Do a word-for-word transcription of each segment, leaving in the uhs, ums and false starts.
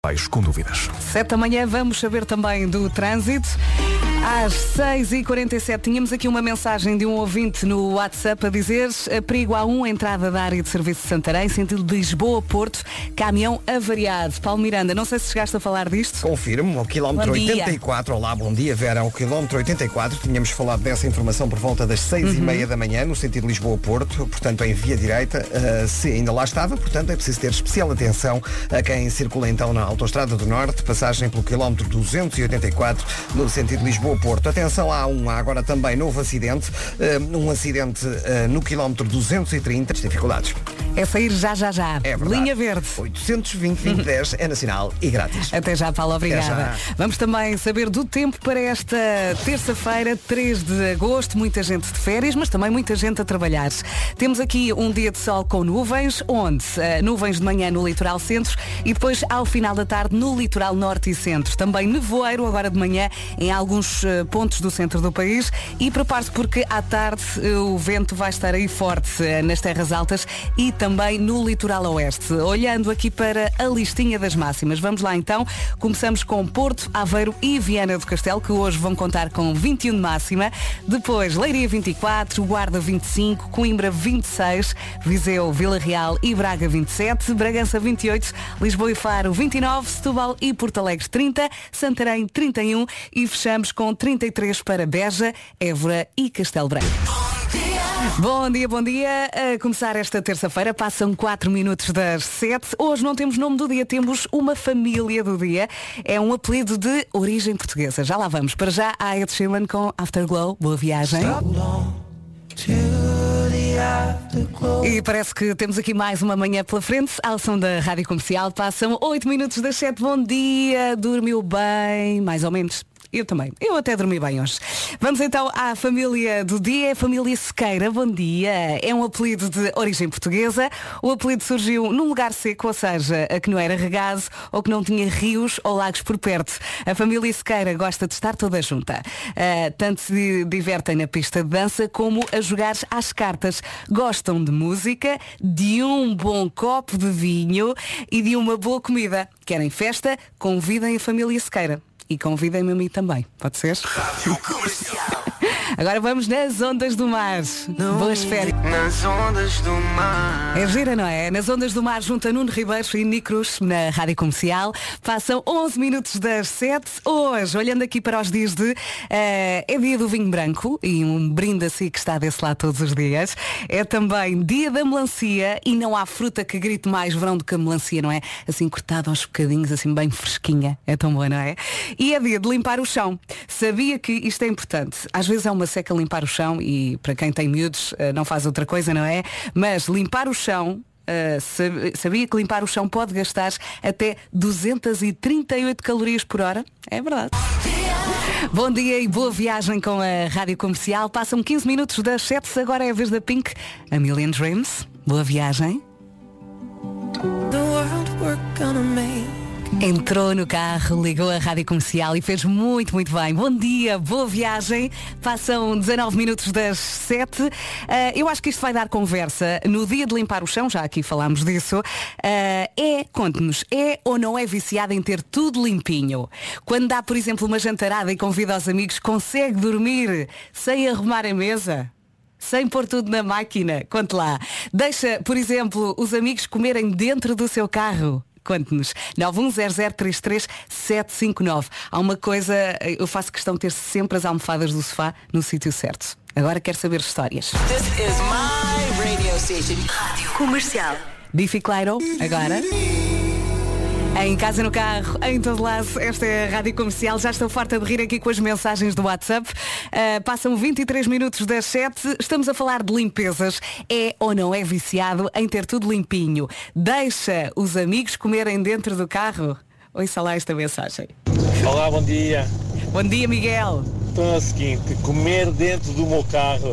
Papéis com dúvidas. Sete da manhã, vamos saber também do trânsito. Às seis e quarenta e sete tínhamos aqui uma mensagem de um ouvinte no WhatsApp a dizer: perigo A um, entrada da área de serviço de Santarém, sentido de Lisboa-Porto, caminhão avariado. Paulo Miranda, não sei se chegaste a falar disto. Confirmo, ao quilómetro oitenta e quatro, olá, bom dia Vera, ao quilómetro oitenta e quatro, tínhamos falado dessa informação por volta das seis uhum. e meia da manhã, no sentido Lisboa-Porto, portanto em via direita, uh, se ainda lá estava, portanto é preciso ter especial atenção a quem circula então na Autostrada do Norte, passagem pelo quilómetro duzentos e oitenta e quatro, no sentido Lisboa-Porto. Atenção, há um, há agora também novo acidente, uh, um acidente uh, no quilómetro duzentos e trinta, dificuldades. É sair já, já, já. É verdade. Linha verde. oitocentos e vinte, vinte e dez é nacional e grátis. Até já, Paulo, obrigada. Vamos também saber do tempo para esta terça-feira, três de agosto. Muita gente de férias, mas também muita gente a trabalhar. Temos aqui um dia de sol com nuvens, onde uh, nuvens de manhã no litoral centro e depois ao final da tarde no litoral norte e centro. Também nevoeiro agora de manhã em alguns uh, pontos do centro do país e prepare-se porque à tarde uh, o vento vai estar aí forte uh, nas terras altas e também no litoral oeste. Olhando aqui para a listinha das máximas, vamos lá então. Começamos com Porto, Aveiro e Viana do Castelo, que hoje vão contar com vinte e um de máxima. Depois Leiria vinte e quatro, Guarda vinte e cinco, Coimbra vinte e seis, Viseu, Vila Real e Braga vinte e sete, Bragança vinte e oito, Lisboa e Faro vinte e nove, Setúbal e Porto Alegre trinta, Santarém trinta e um e fechamos com trinta e três para Beja, Évora e Castelo Branco. Bom dia, bom dia. A começar esta terça-feira, passam quatro minutos das sete. Hoje não temos nome do dia, temos uma família do dia. É um apelido de origem portuguesa. Já lá vamos. Para já, a Ed Sheeran com Afterglow. Boa viagem. E parece que temos aqui mais uma manhã pela frente. Ao som da Rádio Comercial, passam oito minutos das sete. Bom dia, dormiu bem, mais ou menos. Eu também. Eu até dormi bem hoje. Vamos então à família do dia, a família Sequeira. Bom dia. É um apelido de origem portuguesa. O apelido surgiu num lugar seco, ou seja, a que não era regado ou que não tinha rios ou lagos por perto. A família Sequeira gosta de estar toda junta. Uh, tanto se divertem na pista de dança como a jogar às cartas. Gostam de música, de um bom copo de vinho e de uma boa comida. Querem festa? Convidem a família Sequeira. E convidem-me a mim também, pode ser? Agora vamos nas ondas do mar. Não. Boas férias. Nas ondas do mar. É gira, não é? Nas ondas do mar, junto a Nuno Ribeiro e Nico Cruz, na Rádio Comercial. Passam onze minutos das sete. Hoje, olhando aqui para os dias de... Uh, é dia do vinho branco e um brinde assim que está desse lado todos os dias. É também dia da melancia e não há fruta que grite mais verão do que a melancia, não é? Assim cortada aos bocadinhos, assim bem fresquinha. É tão boa, não é? E é dia de limpar o chão. Sabia que isto é importante. Às vezes é uma seca limpar o chão e para quem tem miúdos não faz outra coisa, não é? Mas limpar o chão, sabia que limpar o chão pode gastar até duzentas e trinta e oito calorias por hora? É verdade. Bom dia e boa viagem com a Rádio Comercial. Passam quinze minutos das sete, agora é a vez da Pink, a Million Dreams. Boa viagem. The world we're gonna make. Entrou no carro, ligou a Rádio Comercial e fez muito, muito bem. Bom dia, boa viagem. Passam dezanove minutos das sete. Uh, eu acho que isto vai dar conversa. No dia de limpar o chão, já aqui falámos disso, uh, é, conte-nos, é ou não é viciado em ter tudo limpinho? Quando dá, por exemplo, uma jantarada e convida os amigos, consegue dormir sem arrumar a mesa? Sem pôr tudo na máquina? Conte lá. Deixa, por exemplo, os amigos comerem dentro do seu carro? Conte-nos. nove um zero zero três três sete cinco nove. Há uma coisa, eu faço questão de ter sempre as almofadas do sofá no sítio certo. Agora quero saber histórias. This is my radio station. Rádio Comercial. Biffy Clyro, agora. Em casa, no carro, em todo lado, esta é a Rádio Comercial. Já estou farta de rir aqui com as mensagens do WhatsApp. Uh, passam vinte e três minutos das sete. Estamos a falar de limpezas. É ou não é viciado em ter tudo limpinho? Deixa os amigos comerem dentro do carro? Ouça lá esta mensagem. Olá, bom dia. Bom dia, Miguel. Então é o seguinte, comer dentro do meu carro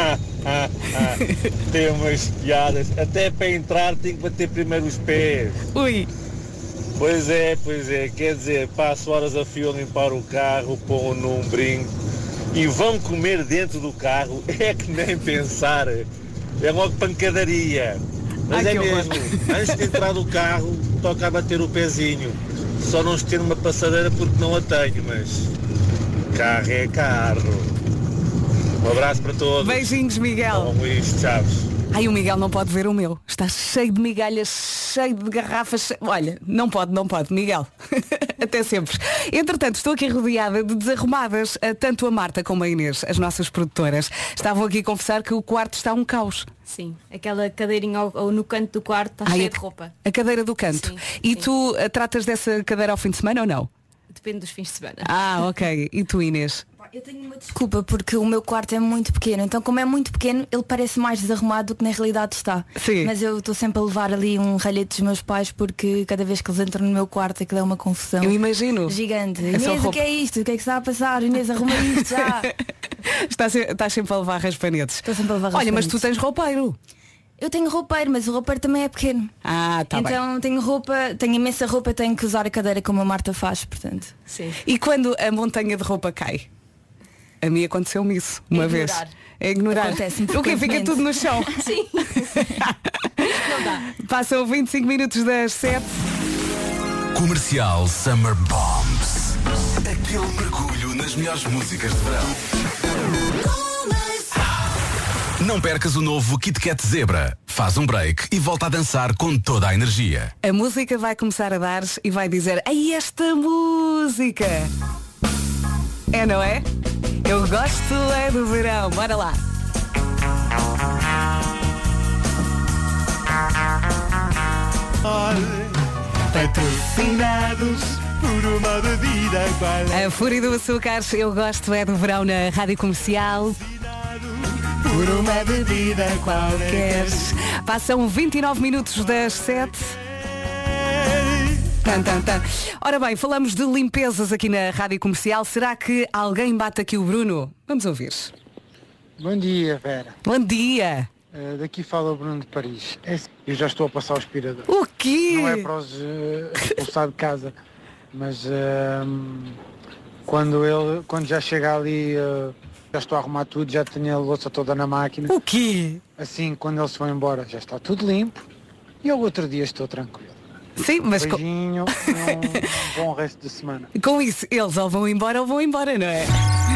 tem umas piadas. Até para entrar tenho que bater primeiro os pés. Ui. Pois é, pois é, quer dizer, passo horas a fio a limpar o carro, pôr num brinco e vão comer dentro do carro, é que nem pensar, é logo pancadaria. Mas Ai, é mesmo, antes de entrar do carro, toca a bater o pezinho. Só não ter uma passadeira porque não a tenho, mas carro é carro. Um abraço para todos. Beijinhos, Miguel. Bom, Luís Chaves. Ai, o Miguel não pode ver o meu. Está cheio de migalhas, cheio de garrafas. Che... Olha, não pode, não pode, Miguel. Até sempre. Entretanto, estou aqui rodeada de desarrumadas. Tanto a Marta como a Inês, as nossas produtoras, estavam aqui a confessar que o quarto está um caos. Sim, aquela cadeirinha ao, ao, no canto do quarto está Ai, cheia a, de roupa. A cadeira do canto. Sim, e sim. tu uh, tratas dessa cadeira ao fim de semana ou não? Depende dos fins de semana. Ah, ok. E tu, Inês? Eu tenho uma desculpa porque o meu quarto é muito pequeno, então como é muito pequeno ele parece mais desarrumado do que na realidade está. Sim. Mas eu estou sempre a levar ali um ralhete dos meus pais porque cada vez que eles entram no meu quarto aquilo é uma confusão. Eu imagino. Gigante. É só Inês, o roupa. que é isto? O que é que está a passar? Inês, arruma isto já. Estás, estás sempre a levar raspanetes. Estou sempre a levar Olha, mas raspanetes. tu tens roupeiro. Eu tenho roupeiro, mas o roupeiro também é pequeno. Ah, tá bem. Então tenho roupa, tenho imensa roupa, tenho que usar a cadeira como a Marta faz, portanto. Sim. E quando a montanha de roupa cai? A mim aconteceu-me isso uma É vez. ignorar. É ignorar. Acontece-me O que fica frequentemente. tudo no chão. Sim. Não dá. Passam vinte e cinco minutos das sete. Comercial Summer Bombs. Aquele mergulho nas melhores músicas de verão. Não percas o novo Kit Kat Zebra. Faz um break e volta a dançar com toda a energia. A música vai começar a dar e vai dizer: ai, esta música! É, não é? Eu gosto é do verão. Bora lá. Patrocinados por uma bebida qual. A Fúria do Açúcar, eu gosto é do verão na Rádio Comercial. Por uma bebida qualquer. Passam vinte e nove minutos das sete. Tan, tan, tan. Ora bem, falamos de limpezas aqui na Rádio Comercial. Será que alguém bate aqui o Bruno? Vamos ouvir. Bom dia, Vera. Bom dia. Uh, daqui fala o Bruno de Paris. É, eu já estou a passar o aspirador. O quê? Não é para os uh, expulsar de casa, mas uh, quando ele, quando já chega ali, uh, já estou a arrumar tudo, já tenho a louça toda na máquina. O quê? Assim, quando eles vão embora, já está tudo limpo e ao outro dia estou tranquilo. Sim, mas com, Beijinho e um bom resto de semana. com isso, eles ou vão embora ou vão embora, não é?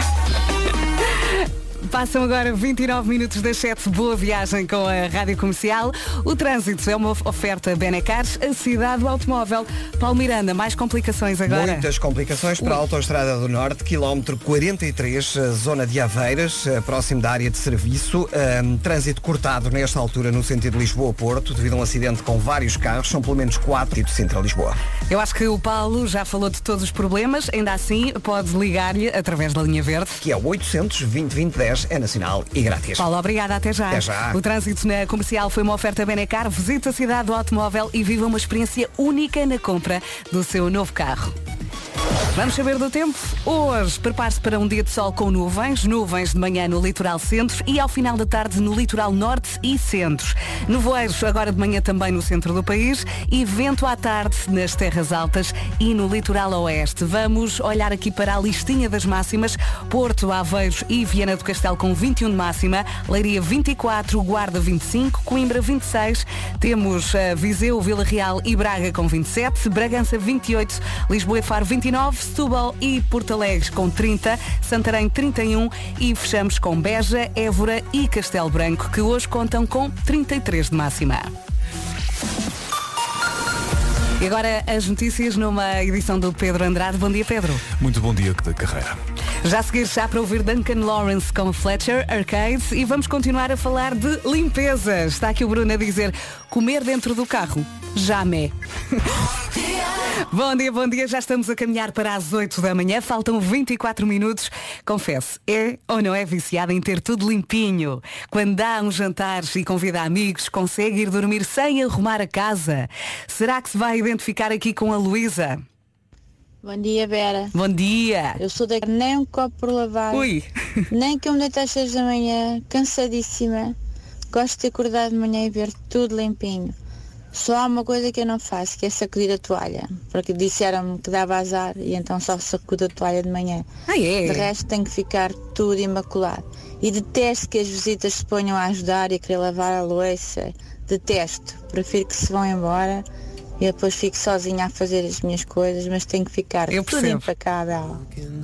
Passam agora vinte e nove minutos das sete. Boa viagem com a Rádio Comercial. O trânsito é uma oferta Benecar, a cidade do automóvel. Paulo Miranda, mais complicações agora? Muitas complicações para a Autoestrada do Norte, quilómetro quarenta e três, zona de Aveiras, próximo da área de serviço. Um, trânsito cortado nesta altura no sentido Lisboa-Porto, devido a um acidente com vários carros. São pelo menos quatro de Sintra-Lisboa. Eu acho que o Paulo já falou de todos os problemas. Ainda assim, pode ligar-lhe através da linha verde. Que é o oitocentos, vinte, vinte, dez, é nacional e grátis. Paulo, obrigada, até já. Até já. O trânsito na Comercial foi uma oferta Benecar. Visite a cidade do automóvel e viva uma experiência única na compra do seu novo carro. Vamos saber do tempo? Hoje, prepare-se para um dia de sol com nuvens. Nuvens de manhã no litoral centro e ao final da tarde no litoral norte e centro. Nevoeiros agora de manhã também no centro do país e vento à tarde nas terras altas e no litoral oeste. Vamos olhar aqui para a listinha das máximas. Porto, Aveiros e Viana do Castelo com vinte e um de máxima. Leiria vinte e quatro, Guarda vinte e cinco, Coimbra vinte e seis. Temos uh, Viseu, Vila Real e Braga com vinte e sete. Bragança vinte e oito. Lisboa e Faro vinte e nove. Setúbal e Porto Alegre com trinta, Santarém trinta e um e fechamos com Beja, Évora e Castelo Branco, que hoje contam com trinta e três de máxima. E agora as notícias numa edição do Pedro Andrade. Bom dia, Pedro. Muito bom dia da carreira. Já a seguir, já para ouvir Duncan Lawrence com Fletcher, Arcade, e vamos continuar a falar de limpeza. Está aqui o Bruno a dizer: comer dentro do carro, jamais. Bom dia, bom dia. Já estamos a caminhar para as oito da manhã. Faltam vinte e quatro minutos. Confesse, é ou não é viciada em ter tudo limpinho? Quando dá um jantar e convida amigos, consegue ir dormir sem arrumar a casa? Será que se vai identificar aqui com a Luísa? Bom dia, Vera. Bom dia. Eu sou daqui, nem um copo por lavar. Ui. Nem que eu me deite às seis da manhã, cansadíssima. Gosto de acordar de manhã e ver tudo limpinho. Só há uma coisa que eu não faço, que é sacudir a toalha. Porque disseram-me que dava azar e então só sacudo a toalha de manhã. Ah, é? De resto tem que ficar tudo imaculado. E detesto que as visitas se ponham a ajudar e a querer lavar a louça. Detesto. Prefiro que se vão embora e depois fico sozinha a fazer as minhas coisas, mas tenho que ficar Eu tudo percebo. impecável.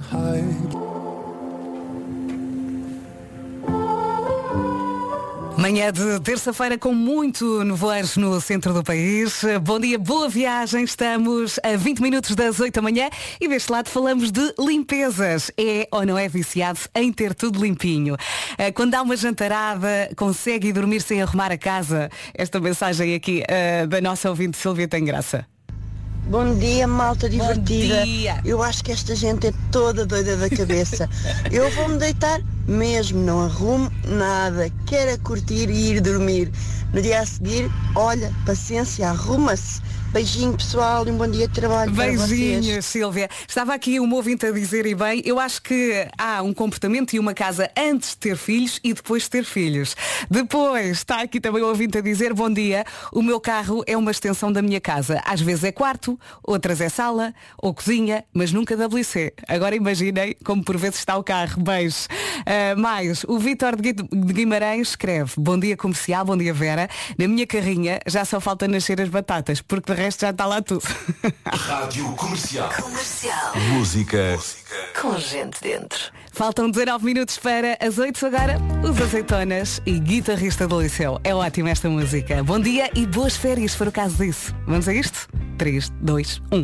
Manhã de terça-feira com muito nevoeiro no centro do país. Bom dia, boa viagem. Estamos a vinte minutos das oito da manhã e deste lado falamos de limpezas. É ou não é viciado em ter tudo limpinho? Quando há uma jantarada, consegue ir dormir sem arrumar a casa? Esta mensagem aqui uh, da nossa ouvinte Silvia tem graça. Bom dia, malta divertida. Bom dia. Eu acho que esta gente é toda doida da cabeça. Eu vou-me deitar mesmo, não arrumo nada. Quero é curtir e ir dormir. No dia a seguir, olha, paciência, arruma-se. Beijinho, pessoal, e um bom dia de trabalho para vocês. Beijinhos, Silvia. Estava aqui uma ouvinte a dizer, e bem, eu acho que há um comportamento e uma casa antes de ter filhos e depois de ter filhos. Depois, está aqui também o ouvinte a dizer, bom dia, o meu carro é uma extensão da minha casa. Às vezes é quarto, outras é sala ou cozinha, mas nunca W C. Agora imaginem como por vezes está o carro. Beijo. Uh, mais, o Vítor de Guimarães escreve, bom dia comercial, bom dia Vera. Na minha carrinha já só falta nascer as batatas, porque de resto já está lá tudo. Rádio Comercial. Comercial. Música com gente dentro. Faltam dezanove minutos para as oito agora. Os Azeitonas e Guitarrista do Liceu. É ótima esta música. Bom dia e boas férias, se for o caso disso. Vamos a isto? três, dois, um.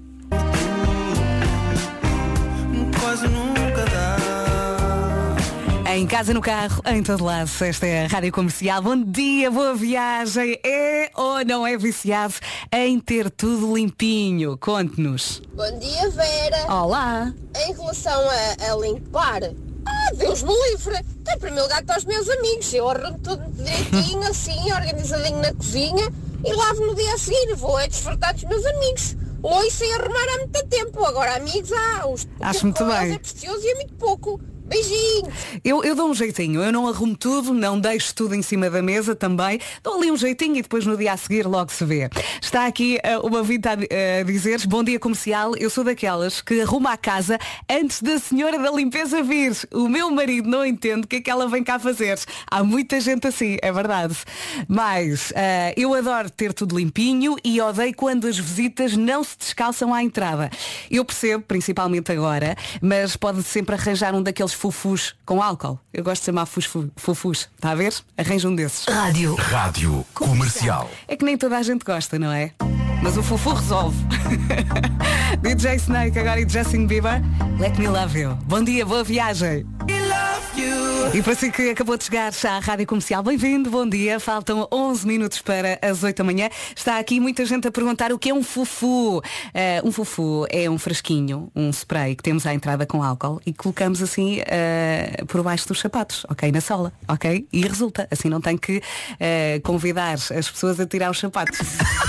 Quase nunca dá. Em casa, no carro, em todo lado. Esta é a Rádio Comercial. Bom dia, boa viagem. É ou não é viciado em ter tudo limpinho? Conte-nos. Bom dia, Vera. Olá. Em relação a, a limpar, ah, Deus me livre. Tem para mim o gato aos meus amigos. Eu arrumo tudo direitinho, assim, organizadinho na cozinha e lavo no dia a seguir. Vou a desfrutar dos meus amigos. Ouço sem arrumar há muito tempo. Agora, amigos, ah, os Acho muito bem. é precioso e é muito pouco. Beijinhos! Eu, eu dou um jeitinho, eu não arrumo tudo, não deixo tudo em cima da mesa também, dou ali um jeitinho e depois no dia a seguir logo se vê. Está aqui uh, uma vida a, a dizer, bom dia comercial, eu sou daquelas que arruma a casa antes da senhora da limpeza vir. O meu marido não entende o que é que ela vem cá fazer. Há muita gente assim, é verdade. Mas uh, eu adoro ter tudo limpinho e odeio quando as visitas não se descalçam à entrada. Eu percebo, principalmente agora, mas pode sempre arranjar um daqueles fufus com álcool. Eu gosto de chamar fufus. fufus. Está a ver? Arranja um desses. Rádio. Rádio Comercial. É que nem toda a gente gosta, não é? Mas o fufu resolve. D J Snake agora e Justin Bieber. Let me love you. Bom dia, boa viagem. E para si que acabou de chegar à Rádio Comercial, bem-vindo, bom dia. Faltam onze minutos para as oito da manhã. Está aqui muita gente a perguntar o que é um fufu. Uh, um fufu é um frasquinho, um spray que temos à entrada com álcool e colocamos assim uh, por baixo dos sapatos, ok? Na sola, ok? E resulta, assim não tem que uh, convidar as pessoas a tirar os sapatos.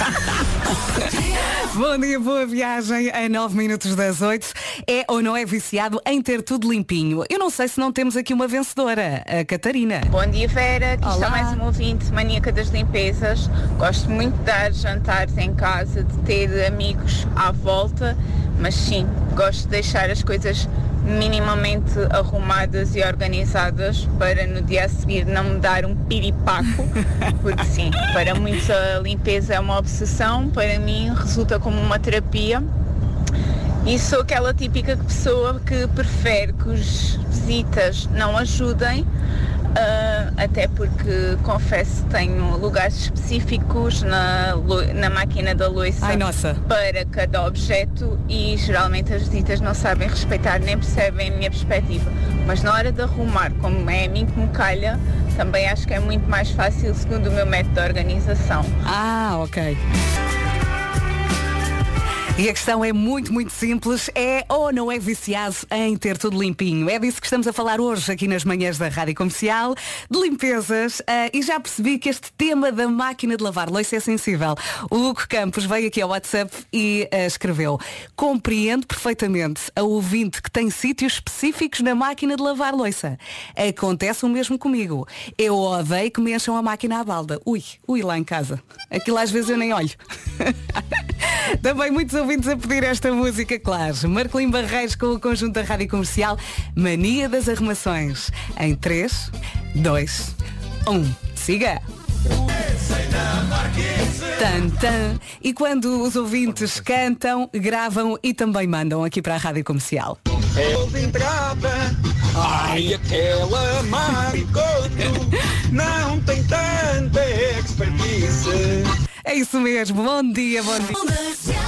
Bom dia, boa viagem a nove minutos das oito. É ou não é viciado em ter tudo limpinho? Eu não sei se não temos aqui uma vencedora, a Catarina. Bom dia, Vera. Aqui Olá. está mais uma ouvinte maníaca das limpezas. Gosto muito de dar jantares em casa, de ter amigos à volta, mas sim, gosto de deixar as coisas minimamente arrumadas e organizadas para no dia a seguir não me dar um piripaco, porque sim, para muitos a limpeza é uma obsessão, para mim resulta como uma terapia e sou aquela típica pessoa que prefere que os visitas não ajudem, uh, até porque confesso que tenho lugares específicos na, na máquina da louça Ai, nossa. para cada objeto e geralmente as visitas não sabem respeitar nem percebem a minha perspectiva. Mas na hora de arrumar, como é a mim que me calha, também acho que é muito mais fácil segundo o meu método de organização. Ah, ok. E a questão é muito, muito simples. É ou não é viciado em ter tudo limpinho? É disso que estamos a falar hoje aqui nas manhãs da Rádio Comercial, de limpezas. Uh, e já percebi que este tema da máquina de lavar louça é sensível. O Hugo Campos veio aqui ao WhatsApp e uh, escreveu: compreendo perfeitamente a ouvinte que tem sítios específicos na máquina de lavar louça. Acontece o mesmo comigo. Eu odeio que me encham a máquina à balda. Ui, ui lá em casa. Aquilo às vezes eu nem olho. Também muitos ouvintes a pedir esta música, claro. Marcolino Barreiros com o conjunto da Rádio Comercial, Mania das Arrumações. Em três, dois, um. Siga! Tan, tan. E quando os ouvintes cantam, gravam e também mandam aqui para a Rádio Comercial. Ai, aquela Maricondo não tem tanta expertise. É isso mesmo, bom dia, bom dia.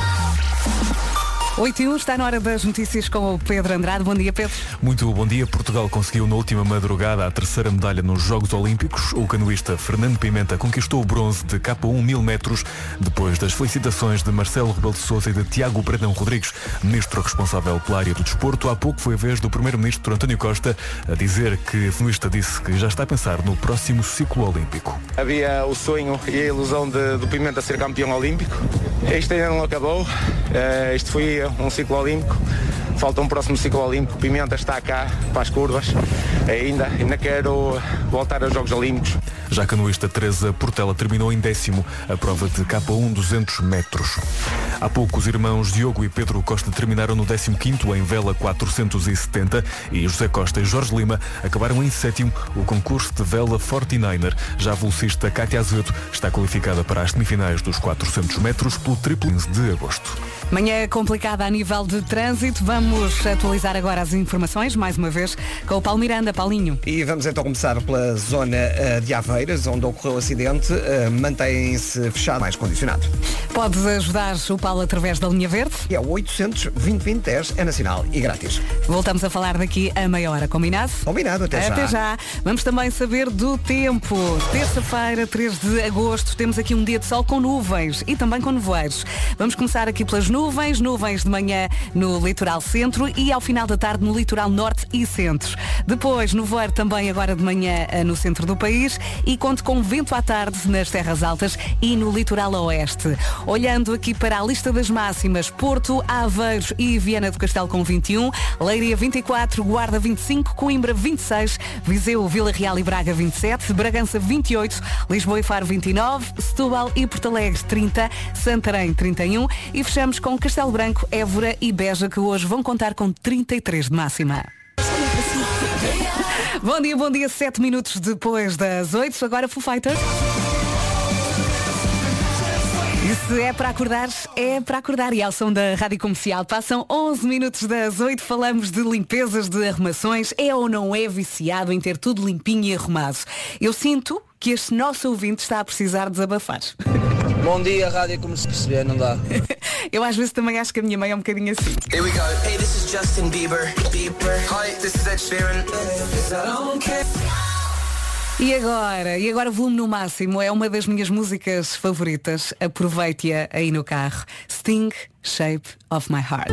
oito e um está na hora das notícias com o Pedro Andrade. Bom dia, Pedro. Muito bom dia. Portugal conseguiu na última madrugada a terceira medalha nos Jogos Olímpicos. O canoísta Fernando Pimenta conquistou o bronze de K um mil metros depois das felicitações de Marcelo Rebelo de Sousa e de Tiago Brandão Rodrigues, ministro responsável pela área do desporto. Há pouco foi a vez do primeiro-ministro António Costa a dizer que o canoísta disse que já está a pensar no próximo ciclo olímpico. Havia o sonho e a ilusão de, do Pimenta ser campeão olímpico. Isto ainda não acabou. Uh, isto foi um ciclo olímpico. Falta um próximo ciclo olímpico. Pimenta está cá para as curvas. Ainda, ainda quero voltar aos Jogos Olímpicos. Já a canoísta Teresa Portela terminou em décimo a prova de K um duzentos metros. Há pouco os irmãos Diogo e Pedro Costa terminaram no décimo quinto em vela quatrocentos e setenta e José Costa e Jorge Lima acabaram em sétimo o concurso de vela quarenta e nove. Já a velocista Cátia Azevedo está qualificada para as semifinais dos quatrocentos metros pelo triplo de agosto. Manhã complicada a nível de trânsito. Vamos atualizar agora as informações, mais uma vez, com o Paulo Miranda. Paulinho. E vamos então começar pela zona uh, de Aveiras, onde ocorreu o acidente. Uh, Mantém-se fechado, mais condicionado. Podes ajudar o Paulo através da linha verde? É o oitocentos, vinte, vinte, dez, é nacional e grátis. Voltamos a falar daqui a meia hora, combinado? Combinado, até já. Até já. Vamos também saber do tempo. Terça-feira, três de agosto, temos aqui um dia de sol com nuvens e também com nevoeiros. Vamos começar aqui pelas nuvens. Nuvens, nuvens de manhã no litoral centro e ao final da tarde no litoral norte e centro. Depois, nevoeiro também agora de manhã no centro do país e conto com vento à tarde nas terras altas e no litoral oeste. Olhando aqui para a lista das máximas, Porto, Aveiro e Viana do Castelo com vinte e um, Leiria vinte e quatro, Guarda vinte e cinco, Coimbra vinte e seis, Viseu, Vila Real e Braga vinte e sete, Bragança vinte e oito, Lisboa e Faro vinte e nove, Setúbal e Porto Alegre trinta, Santarém trinta e um e fechamos com Castelo Branco, Évora e Beja, que hoje vão contar com trinta e três de máxima. Bom dia, bom dia, sete minutos depois das oito, agora Foo Fighters. E se é para acordar, é para acordar. E ao som da Rádio Comercial, passam onze minutos das oito, falamos de limpezas, de arrumações. É ou não é viciado em ter tudo limpinho e arrumado? Eu sinto que este nosso ouvinte está a precisar desabafar. Bom dia, Rádio, como se perceber, não dá. Eu às vezes também acho que a minha mãe é um bocadinho assim. Here we go. Hey, this is Justin Bieber. Bieber. Hi, this is Ed Sheeran. E agora? E agora o volume no máximo. É uma das minhas músicas favoritas. Aproveite-a aí no carro. Sting, Shape of My Heart.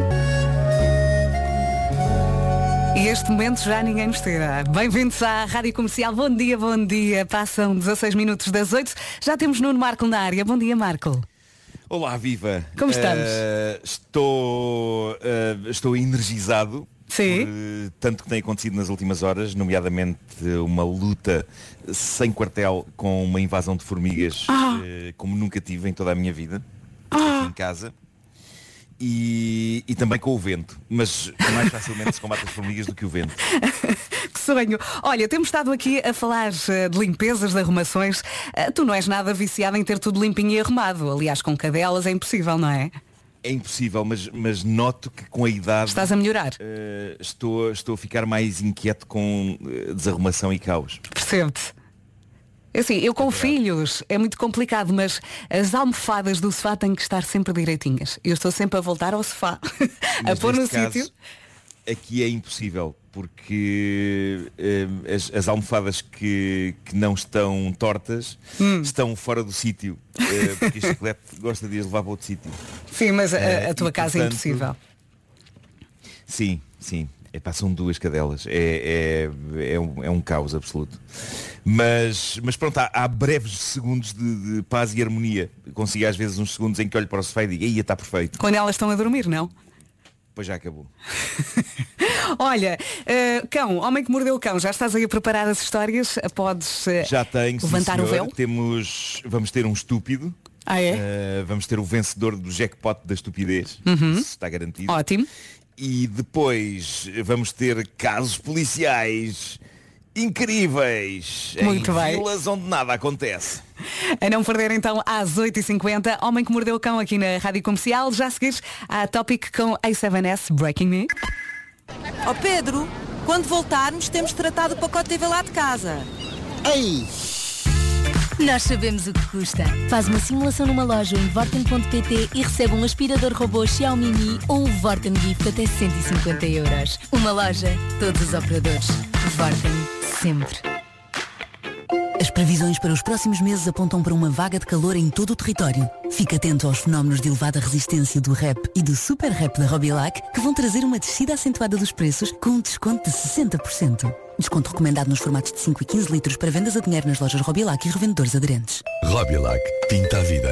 E este momento já ninguém nos tira. Bem-vindos à Rádio Comercial. Bom dia, bom dia. Passam dezasseis minutos das oito. Já temos Nuno Marco na área. Bom dia, Marco. Olá, viva. Como estamos? Uh, estou, uh, estou energizado. Sim. Por, uh, tanto que tem acontecido nas últimas horas, nomeadamente uh, uma luta sem quartel com uma invasão de formigas ah. uh, como nunca tive em toda a minha vida, ah. aqui em casa. E, e também com o vento, mas mais facilmente se combate as formigas do que o vento. Que sonho. Olha, temos estado aqui a falar uh, de limpezas, de arrumações. Uh, tu não és nada viciado em ter tudo limpinho e arrumado. Aliás, com cadelas é impossível, não é? É impossível, mas, mas noto que com a idade... Estás a melhorar. Uh, estou, estou a ficar mais inquieto com uh, desarrumação e caos. Percebo-te. Assim, eu com é filhos é muito complicado, mas as almofadas do sofá têm que estar sempre direitinhas. Eu estou sempre a voltar ao sofá, a pôr no sítio. Aqui é impossível, porque uh, as, as almofadas que, que não estão tortas hum. estão fora do sítio, uh, porque este chiclete gosta de as levar para outro sítio. Sim, mas a, a tua e, casa portanto, é impossível. Sim, sim. É, passam duas cadelas. É, é, é, um, é um caos absoluto. Mas, mas pronto, há, há breves segundos de, de paz e harmonia. Consigo às vezes uns segundos em que olho para o sofá e digo, ia está perfeito. Quando elas estão a dormir, não? Pois já acabou. Olha, uh, cão, homem que mordeu o cão, já estás aí a preparar as histórias? Podes uh, já tenho, levantar sim, o véu? Temos, vamos ter um estúpido. Ah, é? Uh, vamos ter o vencedor do jackpot da estupidez. Uhum. Isso está garantido. Ótimo. E depois vamos ter casos policiais incríveis. Muito em bem. Vilas onde nada acontece. A não perder então às oito e cinquenta, Homem que Mordeu o Cão aqui na Rádio Comercial. Já a seguir a Topic com A sete S, Breaking Me. Ó Pedro, quando voltarmos temos de tratar do pacote T V lá de casa. Ei! Nós sabemos o que custa. Faz uma simulação numa loja em vorten ponto pt e recebe um aspirador robô Xiaomi Mi ou um Vorten Gift até cento e cinquenta euros. Uma loja, todos os operadores. Vorten, sempre. As previsões para os próximos meses apontam para uma vaga de calor em todo o território. Fique atento aos fenómenos de elevada resistência do rap e do super rap da Robilac, que vão trazer uma descida acentuada dos preços com um desconto de sessenta por cento. Desconto recomendado nos formatos de cinco e quinze litros para vendas a dinheiro nas lojas Robilac e revendedores aderentes. Robilac, pinta a vida.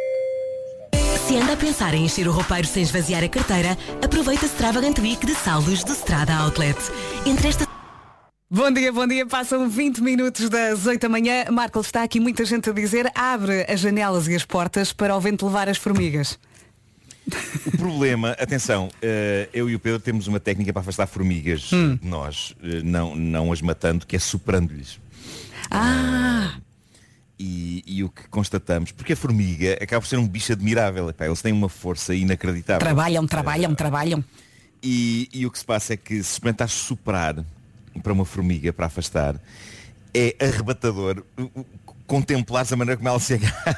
Se anda a pensar em encher o roupeiro sem esvaziar a carteira, aproveita a Extravagant Week de saldos do Strada Outlet. Entre esta... Bom dia, bom dia. Passam vinte minutos das oito da manhã. Marco, está aqui muita gente a dizer: abre as janelas e as portas para o vento levar as formigas. O problema, atenção, uh, eu e o Pedro temos uma técnica para afastar formigas hum. de nós, uh, não, não as matando, que é soprando-lhes. Ah! Uh, e, e o que constatamos, porque a formiga acaba por ser um bicho admirável, epá, eles têm uma força inacreditável. Trabalham, trabalham, uh, trabalham. E, e o que se passa é que se experimentares soprar para uma formiga, para afastar, é arrebatador contemplares a maneira como ela se agarra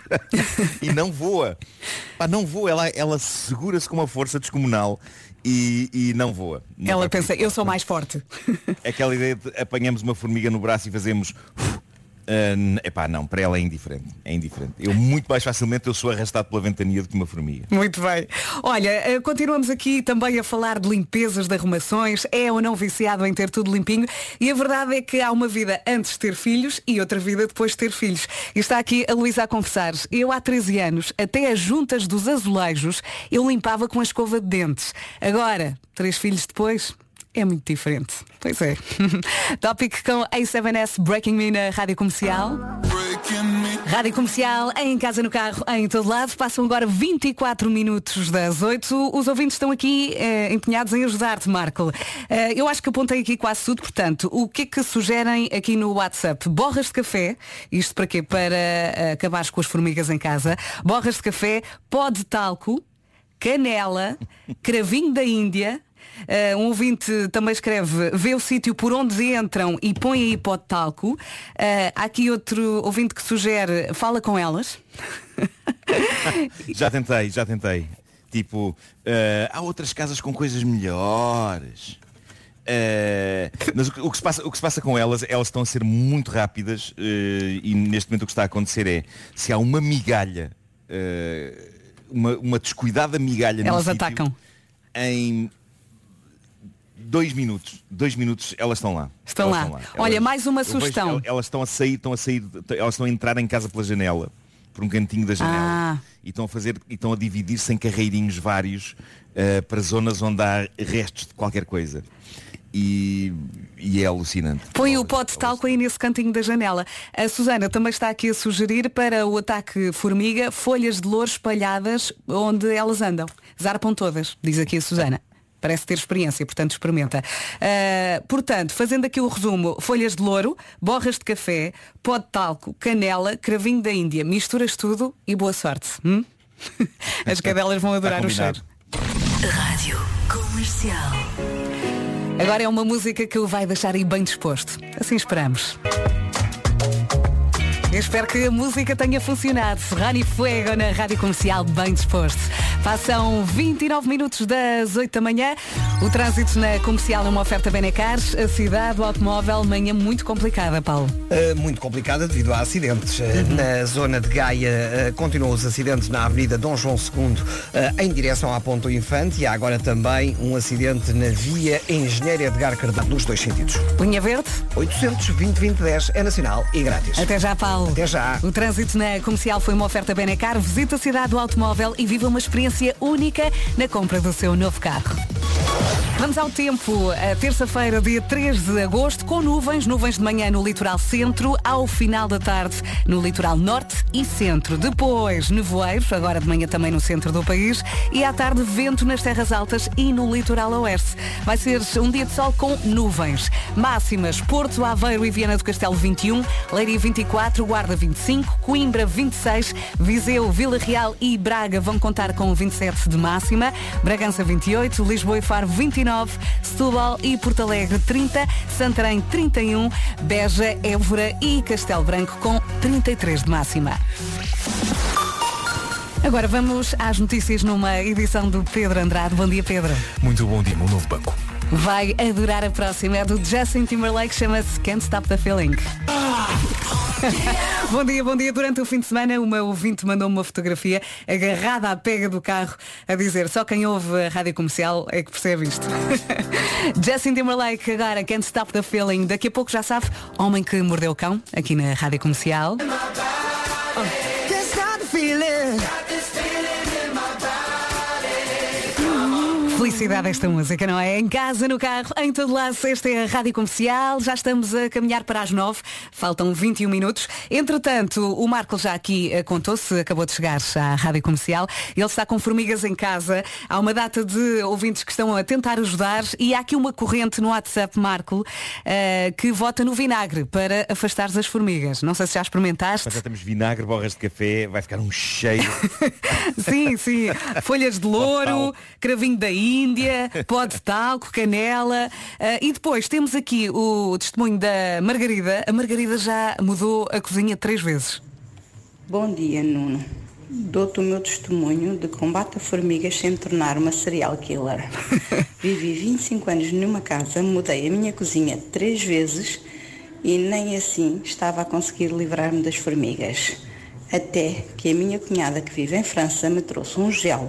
e não voa. Pá, não voa, ela, ela segura-se com uma força descomunal e, e não voa. Não ela pensa, eu sou mais forte. Aquela ideia de apanhamos uma formiga no braço e fazemos... Uh, epá, não, para ela é indiferente. É indiferente. Eu muito mais facilmente eu sou arrastado pela ventania do que uma formiga. Muito bem. Olha, uh, continuamos aqui também a falar de limpezas, de arrumações. É ou não viciado em ter tudo limpinho? E a verdade é que há uma vida antes de ter filhos e outra vida depois de ter filhos. E está aqui a Luísa a confessar. Eu há treze anos, até as juntas dos azulejos, eu limpava com a escova de dentes. Agora, três filhos depois... é muito diferente. Pois é. Topic com A sete S, Breaking Me na Rádio Comercial. Rádio Comercial, em casa, no carro, em todo lado. Passam agora vinte e quatro minutos das oito. Os ouvintes estão aqui eh, empenhados em ajudar-te, Marco. Eh, eu acho que apontei aqui quase tudo. Portanto, o que é que sugerem aqui no WhatsApp? Borras de café. Isto para quê? Para uh, acabares com as formigas em casa. Borras de café, pó de talco, canela, cravinho da Índia. Uh, um ouvinte também escreve: vê o sítio por onde entram e põe aí pó de talco. uh, Há aqui outro ouvinte que sugere: fala com elas. Já tentei, já tentei. Tipo, uh, há outras casas com coisas melhores. Uh, mas o que, o, que se passa, o que se passa com elas, elas estão a ser muito rápidas. uh, E neste momento o que está a acontecer é: se há uma migalha, uh, uma, uma descuidada migalha, elas no atacam sítio, em dois minutos, dois minutos elas estão lá. Estão elas lá. Estão lá. Olha, elas, mais uma sugestão. Vejo, elas estão a sair, estão a sair, elas estão a entrar em casa pela janela, por um cantinho da janela, ah. e estão a fazer, e estão a dividir-se em carreirinhos vários uh, para zonas onde há restos de qualquer coisa. E, e é alucinante. Põe o pó de talco aí nesse cantinho da janela. A Susana também está aqui a sugerir para o ataque formiga folhas de louro espalhadas onde elas andam. Zarpam todas, diz aqui a Susana. Parece ter experiência, portanto experimenta. Uh, portanto, fazendo aqui o resumo: folhas de louro, borras de café, pó de talco, canela, cravinho da Índia. Misturas tudo e boa sorte. Hum? As cadelas vão adorar o cheiro. Rádio Comercial. Agora é uma música que o vai deixar aí bem disposto. Assim esperamos. Eu espero que a música tenha funcionado. Rani Fuego na Rádio Comercial, bem disposto. Passam vinte e nove minutos das oito da manhã. O trânsito na Comercial é uma oferta Benacar. A cidade, o automóvel, manhã muito complicada, Paulo. Uh, muito complicada devido a acidentes. Uh, uhum. Na zona de Gaia uh, continuam os acidentes na Avenida Dom João segundo, uh, em direção à Ponto Infante. E há agora também um acidente na via Engenheiro Edgar Carvalho, nos dois sentidos. Linha Verde? oitocentos, vinte, vinte, dez é nacional e grátis. Até já, Paulo. Até já. O trânsito na Comercial foi uma oferta Benacar. Visita a cidade do automóvel e viva uma experiência única na compra do seu novo carro. Vamos ao tempo. A terça-feira, dia três de agosto, com nuvens, nuvens de manhã no litoral centro, ao final da tarde no litoral norte e centro. Depois, nevoeiros, agora de manhã também no centro do país, e à tarde vento nas terras altas e no litoral oeste. Vai ser um dia de sol com nuvens. Máximas: Porto, Aveiro e Viana do Castelo vinte e um, Leiria vinte e quatro, Guarda vinte e cinco, Coimbra vinte e seis, Viseu, Vila Real e Braga vão contar com vinte e sete de máxima, Bragança vinte e oito, Lisboa e Faro vinte e nove, Setúbal e Porto Alegre trinta, Santarém trinta e um, Beja, Évora e Castelo Branco com trinta e três de máxima. Agora vamos às notícias numa edição do Pedro Andrade. Bom dia, Pedro. Muito bom dia, meu novo banco. Vai adorar a próxima, é do Justin Timberlake, chama-se Can't Stop the Feeling. Bom dia, bom dia. Durante o fim de semana, uma ouvinte mandou-me uma fotografia agarrada à pega do carro a dizer: só quem ouve a rádio comercial é que percebe isto. Justin Timberlake, agora Can't Stop the Feeling. Daqui a pouco já sabe, Homem que Mordeu o Cão, aqui na rádio comercial. Felicidade esta música, não é? Em casa, no carro, em todo lado. Esta é a Rádio Comercial. Já estamos a caminhar para as nove. Faltam vinte e um minutos. Entretanto, o Marco já aqui contou-se, acabou de chegar à Rádio Comercial. Ele está com formigas em casa. Há uma data de ouvintes que estão a tentar ajudar e há aqui uma corrente no WhatsApp, Marco, uh, que vota no vinagre para afastar as formigas. Não sei se já experimentaste. Mas já temos vinagre, borras de café, vai ficar um cheiro. Sim, sim. Folhas de louro, cravinho da Índia, pó de talco, canela. Uh, e depois temos aqui o testemunho da Margarida. A Margarida já mudou a cozinha três vezes. Bom dia, Nuno. Dou-te o meu testemunho de combate a formigas sem me tornar uma serial killer. Vivi vinte e cinco anos numa casa, mudei a minha cozinha três vezes e nem assim estava a conseguir livrar-me das formigas. Até que a minha cunhada, que vive em França, me trouxe um gel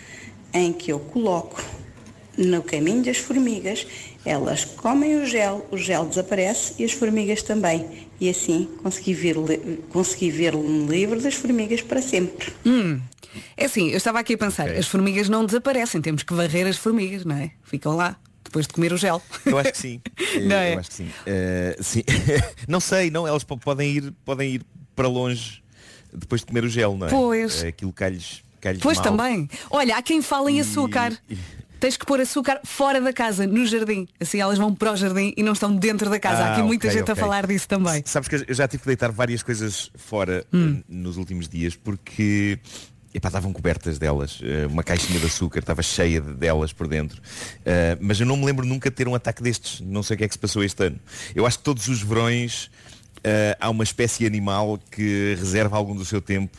em que eu coloco no caminho das formigas, elas comem o gel, o gel desaparece e as formigas também. E assim consegui ver-me consegui ver-me livre das formigas para sempre. Hum. É assim, eu estava aqui a pensar, as formigas não desaparecem, temos que varrer as formigas, não é? Ficam lá, depois de comer o gel. Eu acho que sim. Não é? Eu acho que sim. Uh, sim. Não sei, não, elas podem ir, podem ir para longe depois de comer o gel, não é? Pois. Aquilo cai-lhes. Pois mal. Também. Olha, há quem fale em açúcar. E... Tens que pôr açúcar fora da casa, no jardim. Assim elas vão para o jardim e não estão dentro da casa. Ah, há aqui muita okay, gente okay. a falar disso também. Sabes que eu já tive que deitar várias coisas fora hum. nos últimos dias porque epá, estavam cobertas delas. Uma caixinha de açúcar estava cheia delas por dentro. Uh, mas eu não me lembro nunca de ter um ataque destes. Não sei o que é que se passou este ano. Eu acho que todos os verões uh, há uma espécie animal que reserva algum do seu tempo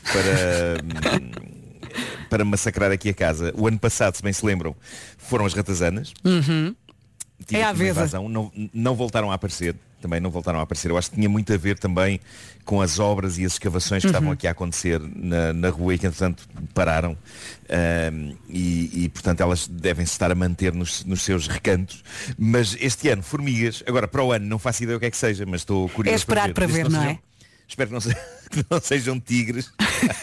para... para massacrar aqui a casa. O ano passado, se bem se lembram, foram as ratazanas. Uhum. É a vez. Não, não voltaram a aparecer. Também não voltaram a aparecer. Eu acho que tinha muito a ver também com as obras e as escavações que uhum. estavam aqui a acontecer na, na rua e que, entretanto, pararam. Um, e, e, portanto, elas devem-se estar a manter nos, nos seus recantos. Mas este ano, formigas. Agora, para o ano, não faço ideia o que é que seja, mas estou curioso é esperar para ver, para ver, não, não é? Espero que não, se... que não sejam tigres.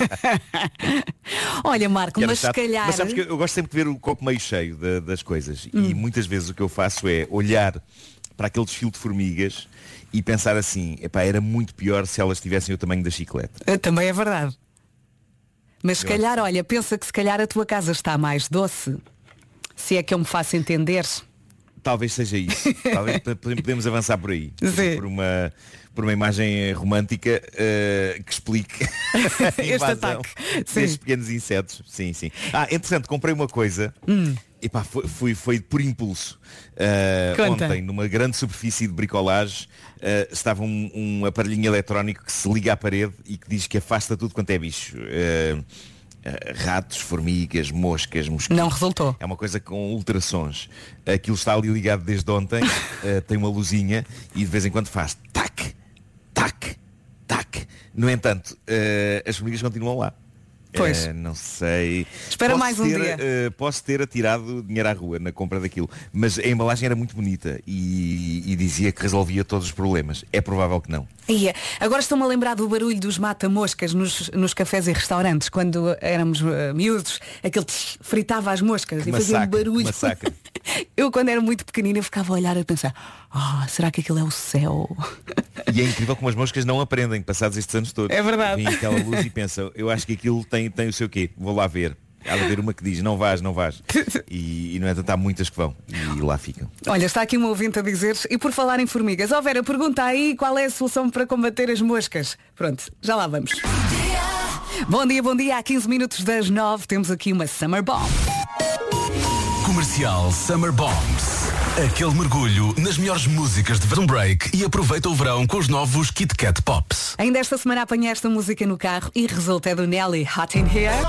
Olha, Marco, mas chato. se calhar... Mas sabes que eu gosto sempre de ver o copo meio cheio de, das coisas. Hum. E muitas vezes o que eu faço é olhar para aquele desfile de formigas e pensar assim, epá, era muito pior se elas tivessem o tamanho da chiclete. Também é verdade. Mas se eu calhar, acho... olha, pensa que se calhar a tua casa está mais doce. Se é que eu me faço entender. Talvez seja isso. Talvez podemos avançar por aí. Sim. Por uma... por uma imagem romântica uh, que explique a este ataque destes pequenos insetos. Sim, sim. Ah, entretanto, comprei uma coisa hum. e pá, foi, foi, foi por impulso. Uh, ontem, numa grande superfície de bricolagem, uh, estava um, um aparelhinho eletrónico que se liga à parede e que diz que afasta tudo quanto é bicho. Uh, Uh, ratos, formigas, moscas, mosquitos. Não resultou. É uma coisa com ultrassons. Aquilo está ali ligado desde ontem, uh, tem uma luzinha e de vez em quando faz tac, tac, tac. No entanto, uh, as formigas continuam lá. Pois. Uh, não sei. Espera posso mais um ter, dia. Uh, posso ter atirado dinheiro à rua na compra daquilo. Mas a embalagem era muito bonita e, e dizia que resolvia todos os problemas. É provável que não. Ia. Agora estou-me a lembrar do barulho dos mata-moscas nos, nos cafés e restaurantes. Quando éramos uh, miúdos, aquele tch, fritava as moscas que e massacre, fazia um barulho. Massacre. Eu quando era muito pequenina ficava a olhar e a pensar, ah, oh, será que aquilo é o céu? E é incrível como as moscas não aprendem passados estes anos todos. É verdade. Vêm aquela luz e pensam, eu acho que aquilo tem, tem o seu quê? Vou lá ver. Há de haver uma que diz, não vais, não vais. E, e não é tanto, há muitas que vão. E lá ficam. Olha, está aqui um ouvinte a dizer, e por falar em formigas, ó oh, Vera, pergunta aí qual é a solução para combater as moscas. Pronto, já lá vamos. Bom dia, bom dia. Há quinze minutos das nove temos aqui uma Summer Bomb. Comercial Summer Bombs. Aquele mergulho nas melhores músicas de verão break e aproveita o verão com os novos Kit Kat Pops. Ainda esta semana apanhei esta música no carro e resulta é do Nelly, Hot in Here.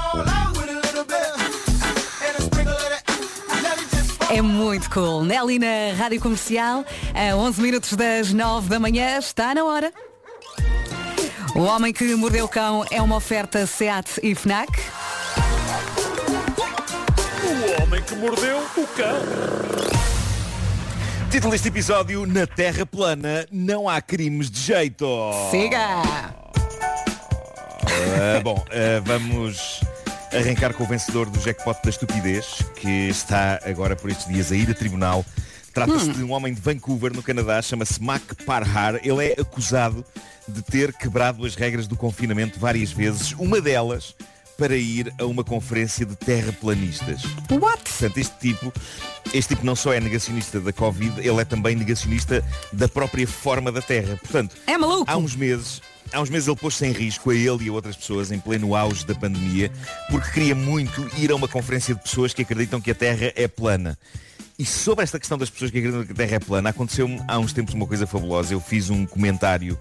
É muito cool. Nelly na Rádio Comercial, a onze minutos das nove da manhã, está na hora. O Homem que Mordeu o Cão é uma oferta SEAT e FNAC. O Homem que Mordeu o Cão. Título deste episódio, na Terra plana não há crimes de jeito. Siga! Uh, bom, uh, vamos arrancar com o vencedor do jackpot da estupidez, que está agora por estes dias a ir a tribunal. Trata-se hum. de um homem de Vancouver, no Canadá, chama-se Mac Parhar. Ele é acusado de ter quebrado as regras do confinamento várias vezes, uma delas para ir a uma conferência de terraplanistas. What? Portanto, este tipo, este tipo não só é negacionista da Covid, ele é também negacionista da própria forma da Terra. Portanto, é maluco. Há uns meses, há uns meses ele pôs-se em risco, a ele e a outras pessoas, em pleno auge da pandemia, porque queria muito ir a uma conferência de pessoas que acreditam que a Terra é plana. E sobre esta questão das pessoas que acreditam que a Terra é plana, aconteceu-me há uns tempos uma coisa fabulosa. Eu fiz um comentário,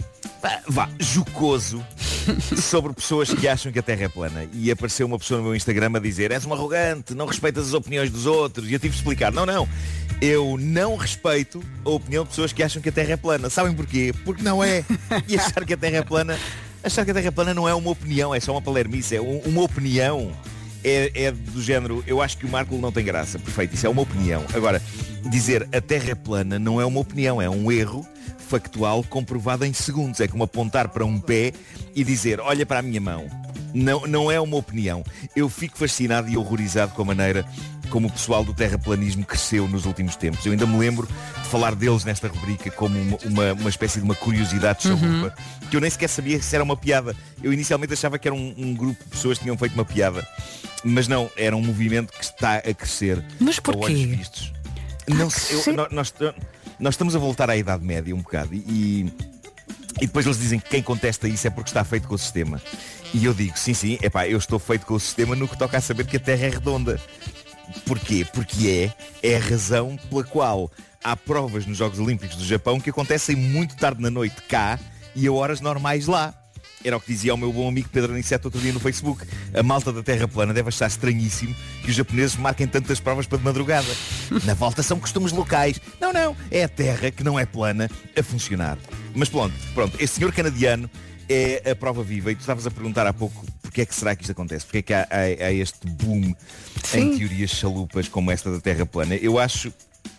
vá, jocoso, sobre pessoas que acham que a Terra é plana. E apareceu uma pessoa no meu Instagram a dizer, és um arrogante, não respeitas as opiniões dos outros. E eu tive de explicar, não, não, eu não respeito a opinião de pessoas que acham que a Terra é plana. Sabem porquê? Porque não é. E achar que a Terra é plana, achar que a Terra é plana não é uma opinião, é só uma palermice, é um, uma opinião. É, é do género, eu acho que o Marco não tem graça. Perfeito, isso é uma opinião. Agora, dizer a Terra é plana não é uma opinião, é um erro factual comprovado em segundos. É como apontar para um pé e dizer, olha para a minha mão. Não, não é uma opinião. Eu fico fascinado e horrorizado com a maneira como o pessoal do terraplanismo cresceu nos últimos tempos. Eu ainda me lembro de falar deles nesta rubrica como uma, uma, uma espécie de uma curiosidade chalupa, uhum. que eu nem sequer sabia se era uma piada. Eu inicialmente achava que era um, um grupo de pessoas que tinham feito uma piada. Mas não, era um movimento que está a crescer. Mas porquê? A olhos vistos. Não sei, eu, nós, nós estamos a voltar à Idade Média um bocado e, e depois eles dizem que quem contesta isso é porque está feito com o sistema. E eu digo, sim, sim, epá, eu estou feito com o sistema no que toca a saber que a Terra é redonda. Porquê? Porque é, é a razão pela qual há provas nos Jogos Olímpicos do Japão que acontecem muito tarde na noite cá e a horas normais lá. Era o que dizia o meu bom amigo Pedro Aniceto outro dia no Facebook. A malta da Terra plana deve achar estranhíssimo que os japoneses marquem tantas provas para de madrugada. Na volta são costumes locais. Não, não, é a Terra que não é plana a funcionar. Mas pronto, pronto, este senhor canadiano é a prova viva. E tu estavas a perguntar há pouco porque é que será que isto acontece? Porque é que há, há, há este boom Sim. em teorias chalupas como esta da Terra plana? Eu acho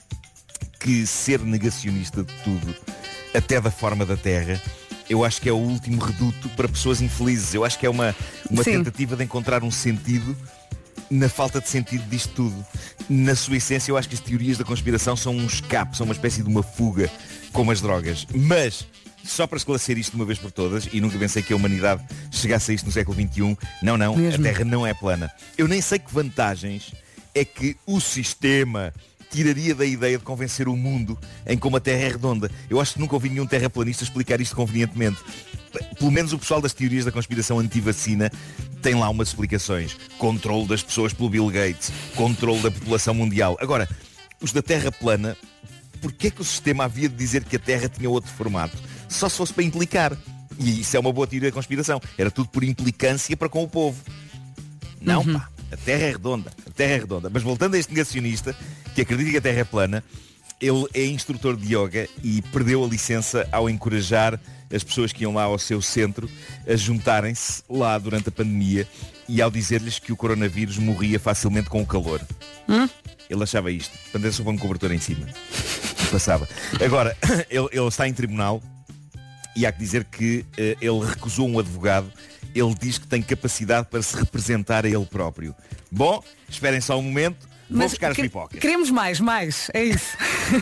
que ser negacionista de tudo, até da forma da Terra, eu acho que é o último reduto para pessoas infelizes. Eu acho que é uma, uma tentativa de encontrar um sentido na falta de sentido disto tudo. Na sua essência, eu acho que as teorias da conspiração são um escape, são uma espécie de uma fuga, como as drogas. Mas, só para esclarecer isto de uma vez por todas, e nunca pensei que a humanidade chegasse a isto no século vinte e um, não, não, Mesmo? a Terra não é plana. Eu nem sei que vantagens é que o sistema tiraria da ideia de convencer o mundo em como a Terra é redonda. Eu acho que nunca ouvi nenhum terraplanista explicar isto convenientemente. Pelo menos o pessoal das teorias da conspiração anti-vacina tem lá umas explicações. Controle das pessoas pelo Bill Gates. Controle da população mundial. Agora, os da Terra plana, porquê é que o sistema havia de dizer que a Terra tinha outro formato? Só se fosse para implicar. E isso é uma boa teoria da conspiração. Era tudo por implicância para com o povo. Não, uhum. pá. A Terra é redonda. A Terra é redonda. Mas voltando a este negacionista que acredita que a Terra é plana, ele é instrutor de yoga e perdeu a licença ao encorajar as pessoas que iam lá ao seu centro a juntarem-se lá durante a pandemia e ao dizer-lhes que o coronavírus morria facilmente com o calor. Hum? Ele achava isto. Portanto, é só um cobertor em cima. Passava. Agora, ele, ele está em tribunal e há que dizer que uh, ele recusou um advogado. Ele diz que tem capacidade para se representar a ele próprio. Bom, esperem só um momento. Vou buscar as pipocas. Queremos mais, mais, é isso.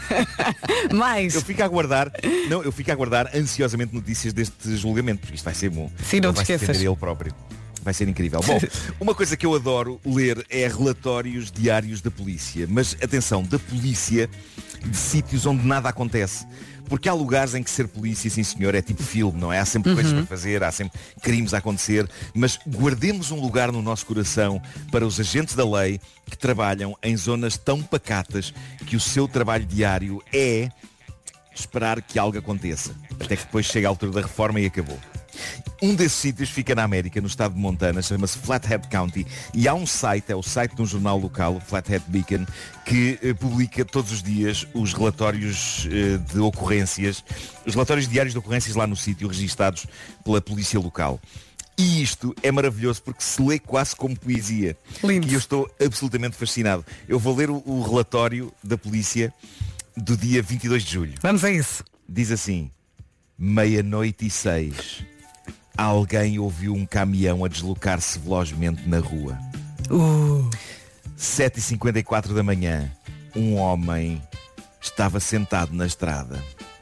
mais. Eu fico a aguardar, não, eu fico a aguardar ansiosamente notícias deste julgamento, porque isto vai ser bom. Sim, não ele te vai esqueças. se ele próprio. Vai ser incrível. Bom, uma coisa que eu adoro ler é relatórios diários da polícia. Mas atenção, da polícia de sítios onde nada acontece. Porque há lugares em que ser polícia, sim senhor, é tipo filme, não é? Há sempre coisas Uhum. para fazer, há sempre crimes a acontecer, mas guardemos um lugar no nosso coração para os agentes da lei que trabalham em zonas tão pacatas que o seu trabalho diário é esperar que algo aconteça. Até que depois chega a altura da reforma e acabou. Um desses sítios fica na América, no estado de Montana, chama-se Flathead County, e há um site, é o site de um jornal local, o Flathead Beacon, que eh, publica todos os dias os relatórios eh, de ocorrências, os relatórios diários de ocorrências lá no sítio, registados pela polícia local. E isto é maravilhoso porque se lê quase como poesia. Lindo. E eu estou absolutamente fascinado. Eu vou ler o, o relatório da polícia do dia vinte e dois de julho. Vamos a isso. Diz assim: meia-noite e seis. Alguém ouviu um caminhão a deslocar-se velozmente na rua. Uh. sete e cinquenta e quatro da manhã. Um homem estava sentado na estrada.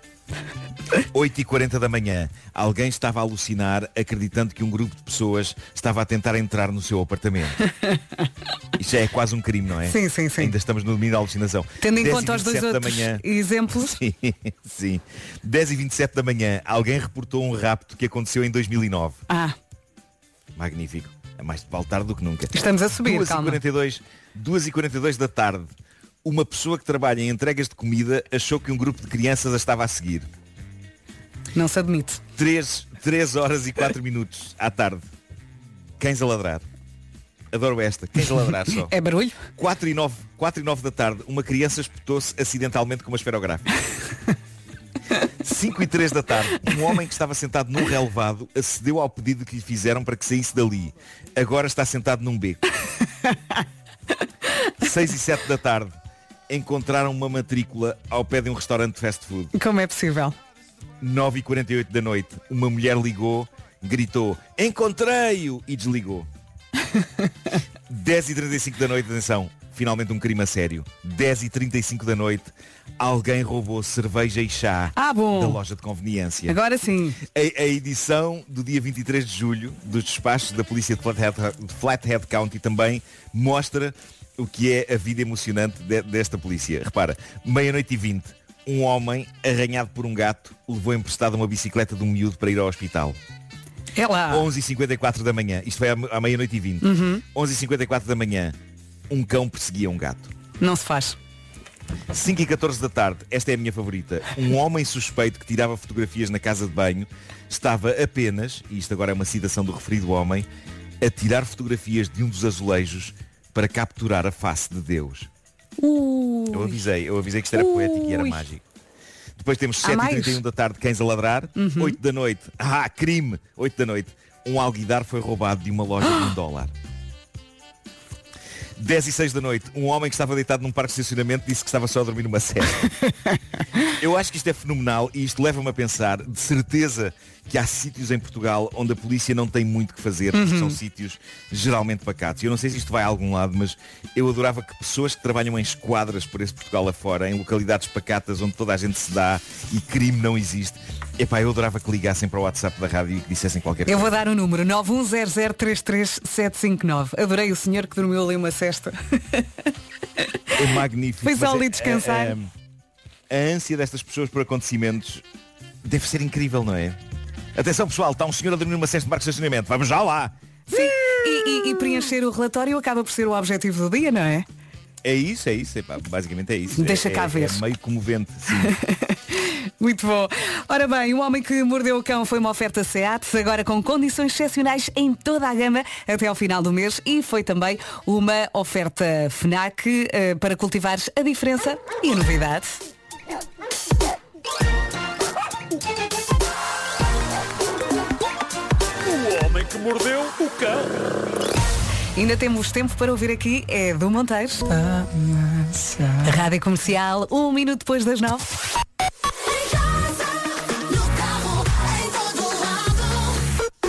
oito e quarenta da manhã. Alguém estava a alucinar, acreditando que um grupo de pessoas estava a tentar entrar no seu apartamento. Isto já é quase um crime, não é? Sim, sim, sim. Ainda estamos no domínio da alucinação. Tendo em dez e conta os vinte e dois sete da outros manhã. exemplos. Sim, sim. dez e vinte e sete da manhã, alguém reportou um rapto que aconteceu em dois mil e nove. Ah. Magnífico. É mais de vale tarde do que nunca. Estamos a subir, duas e calma. quarenta e dois, duas e quarenta e dois da tarde. Uma pessoa que trabalha em entregas de comida achou que um grupo de crianças a estava a seguir. Não se admite. três horas e quatro minutos à tarde. Cães a ladrar. Adoro esta. Cães a ladrar só. É barulho? quatro e nove da tarde, uma criança espetou-se acidentalmente com uma esferográfica. cinco e três da tarde, um homem que estava sentado num relevado acedeu ao pedido que lhe fizeram para que saísse dali. Agora está sentado num beco. seis e sete da tarde, encontraram uma matrícula ao pé de um restaurante de fast food. Como é possível? nove e quarenta e oito da noite, uma mulher ligou, gritou, encontrei-o, e desligou. dez e trinta e cinco da noite, atenção, finalmente um crime a sério. dez e trinta e cinco da noite, alguém roubou cerveja e chá ah, bom. da loja de conveniência. Agora sim. A, a edição do dia vinte e três de julho dos despachos da polícia de Flathead, de Flathead County também mostra o que é a vida emocionante de, desta polícia. Repara, meia-noite e vinte, um homem arranhado por um gato levou emprestado uma bicicleta de um miúdo para ir ao hospital. É lá. onze e cinquenta e quatro da manhã, isto foi à meia-noite e vinte. Uhum. onze e cinquenta e quatro da manhã, um cão perseguia um gato. Não se faz. cinco e catorze da tarde, esta é a minha favorita. Um homem suspeito que tirava fotografias na casa de banho estava apenas, e isto agora é uma citação do referido homem, a tirar fotografias de um dos azulejos para capturar a face de Deus. Ui. Eu avisei, eu avisei que isto era Ui. poético e era mágico. Depois temos Há sete e mais? trinta e um da tarde, cães a ladrar. Uhum. oito da noite, ah, crime! oito da noite, um alguidar foi roubado de uma loja de um dólar. dez e seis da noite, um homem que estava deitado num parque de estacionamento disse que estava só a dormir numa cesta. Eu acho que isto é fenomenal e isto leva-me a pensar, de certeza, que há sítios em Portugal onde a polícia não tem muito que fazer, porque Uhum. são sítios geralmente pacatos. Eu não sei se isto vai a algum lado, mas eu adorava que pessoas que trabalham em esquadras por esse Portugal afora, em localidades pacatas onde toda a gente se dá e crime não existe, epá, eu adorava que ligassem para o WhatsApp da rádio e que dissessem qualquer Eu coisa. vou dar o número nove um zero zero três três sete cinco nove. Adorei o senhor que dormiu ali uma cesta. É magnífico. Foi só mas ali é- descansar. A, a, a ânsia destas pessoas por acontecimentos deve ser incrível, não é? Atenção pessoal, está um senhor a dormir numa cesta de parque de estacionamento. Vamos já lá. Sim. E, e- e preencher o relatório acaba por ser o objetivo do dia, não é? É isso, é isso. Epá, basicamente é isso. Deixa é, cá é, ver. É meio comovente. Sim. Muito bom. Ora bem, o homem que mordeu o cão foi uma oferta SEAT, agora com condições excepcionais em toda a gama até ao final do mês, e foi também uma oferta FNAC eh, para cultivares a diferença e a novidade. O homem que mordeu o cão. Ainda temos tempo para ouvir aqui, é do Monteiro. Rádio Comercial, um minuto depois das nove.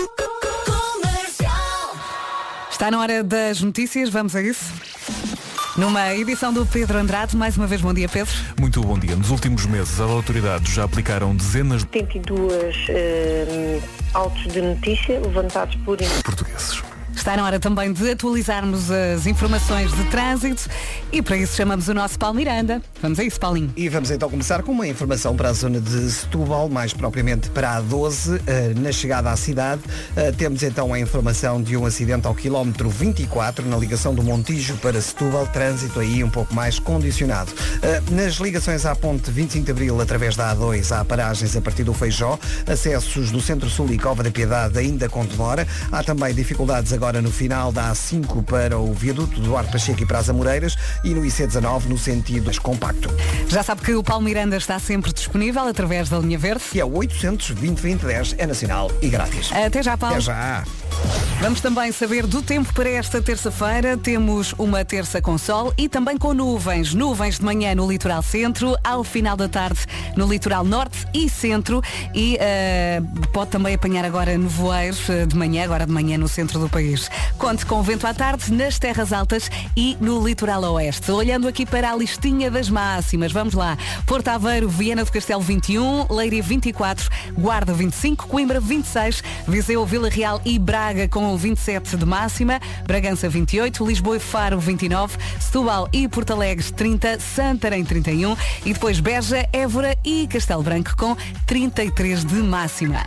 Está na hora das notícias, vamos a isso? Numa edição do Pedro Andrade, mais uma vez bom dia, Pedro. Muito bom dia. Nos últimos meses, as autoridades já aplicaram dezenas de setenta e dois uh, autos de notícia levantados por portugueses. Está na hora também de atualizarmos as informações de trânsito e para isso chamamos o nosso Paulo Miranda. Vamos a isso, Paulinho. E vamos então começar com uma informação para a zona de Setúbal, mais propriamente para a doze, na chegada à cidade. Temos então a informação de um acidente ao quilómetro vinte e quatro, na ligação do Montijo para Setúbal, trânsito aí um pouco mais condicionado. Nas ligações à ponte vinte e cinco de Abril, através da A dois, há paragens a partir do Feijó, acessos do Centro-Sul e Cova da Piedade ainda com demora. Há também dificuldades agora no final da A cinco para o viaduto do Duarte Pacheco e para as Amoreiras e no I C dezanove no sentido mais compacto. Já sabe que o Paulo Miranda está sempre disponível através da linha verde. Que é oitocentos, vinte, vinte, dez, é nacional e grátis. Até já, Paulo. Até já. Vamos também saber do tempo para esta terça-feira. Temos uma terça com sol e também com nuvens. Nuvens de manhã no litoral centro, ao final da tarde no litoral norte e centro e uh, pode também apanhar agora nevoeiros de manhã, agora de manhã no centro do país. Conte com vento à tarde nas terras altas e no litoral oeste. Olhando aqui para a listinha das máximas, vamos lá. Porto Aveiro, Viana do Castelo vinte e um, Leiria vinte e quatro, Guarda vinte e cinco, Coimbra vinte e seis, Viseu, Vila Real e Braga com vinte e sete de máxima, Bragança vinte e oito, Lisboa e Faro vinte e nove, Setúbal e Porto Alegre trinta, Santarém trinta e um e depois Beja, Évora e Castelo Branco com trinta e três de máxima.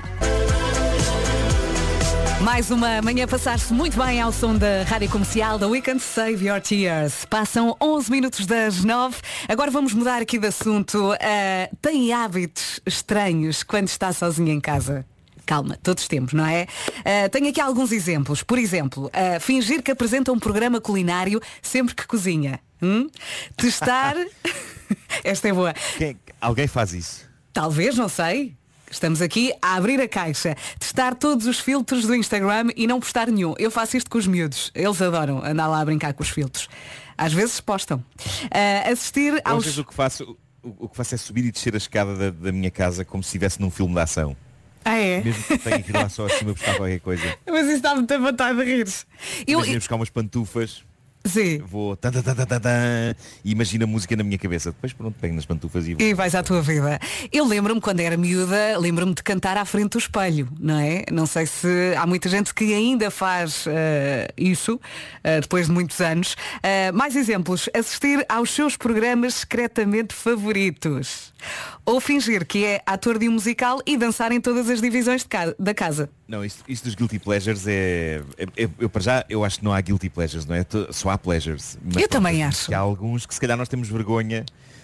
Mais uma manhã passar-se muito bem ao som da Rádio Comercial da Weekend Save Your Tears. Passam onze minutos das nove. Agora vamos mudar aqui de assunto. Uh, tem hábitos estranhos quando está sozinha em casa? Calma, todos temos, não é? Uh, tenho aqui alguns exemplos. Por exemplo, uh, fingir que apresenta um programa culinário sempre que cozinha. Hum? Testar... Esta é boa. Quem, alguém faz isso? Talvez, não sei. Estamos aqui a abrir a caixa. Testar todos os filtros do Instagram e não postar nenhum. Eu faço isto com os miúdos. Eles adoram andar lá a brincar com os filtros. Às vezes postam. Uh, assistir Eu, aos... Às vezes o que faço, o, o que faço é subir e descer a escada da, da minha casa como se estivesse num filme de ação. Ah, é? Mesmo que tenha que ir lá só acima buscar qualquer coisa. Mas isso dá muita vontade de rir. Eu... Imagina buscar umas pantufas. Sim. Vou tan, tan, tan, tan, tan, e imagina a música na minha cabeça. Depois pronto, pego nas pantufas e vou. E vais à tua vida. Eu lembro-me quando era miúda, lembro-me de cantar à frente do espelho, não é? Não sei se há muita gente que ainda faz uh, isso, uh, depois de muitos anos. Uh, mais exemplos, assistir aos seus programas secretamente favoritos. Ou fingir que é ator de um musical e dançar em todas as divisões de ca- da casa. Não, isso, isso dos guilty pleasures é, é, é eu para já eu acho que não há guilty pleasures, não é? Só há pleasures. Mas eu pronto, também acho. Há alguns que se calhar nós temos vergonha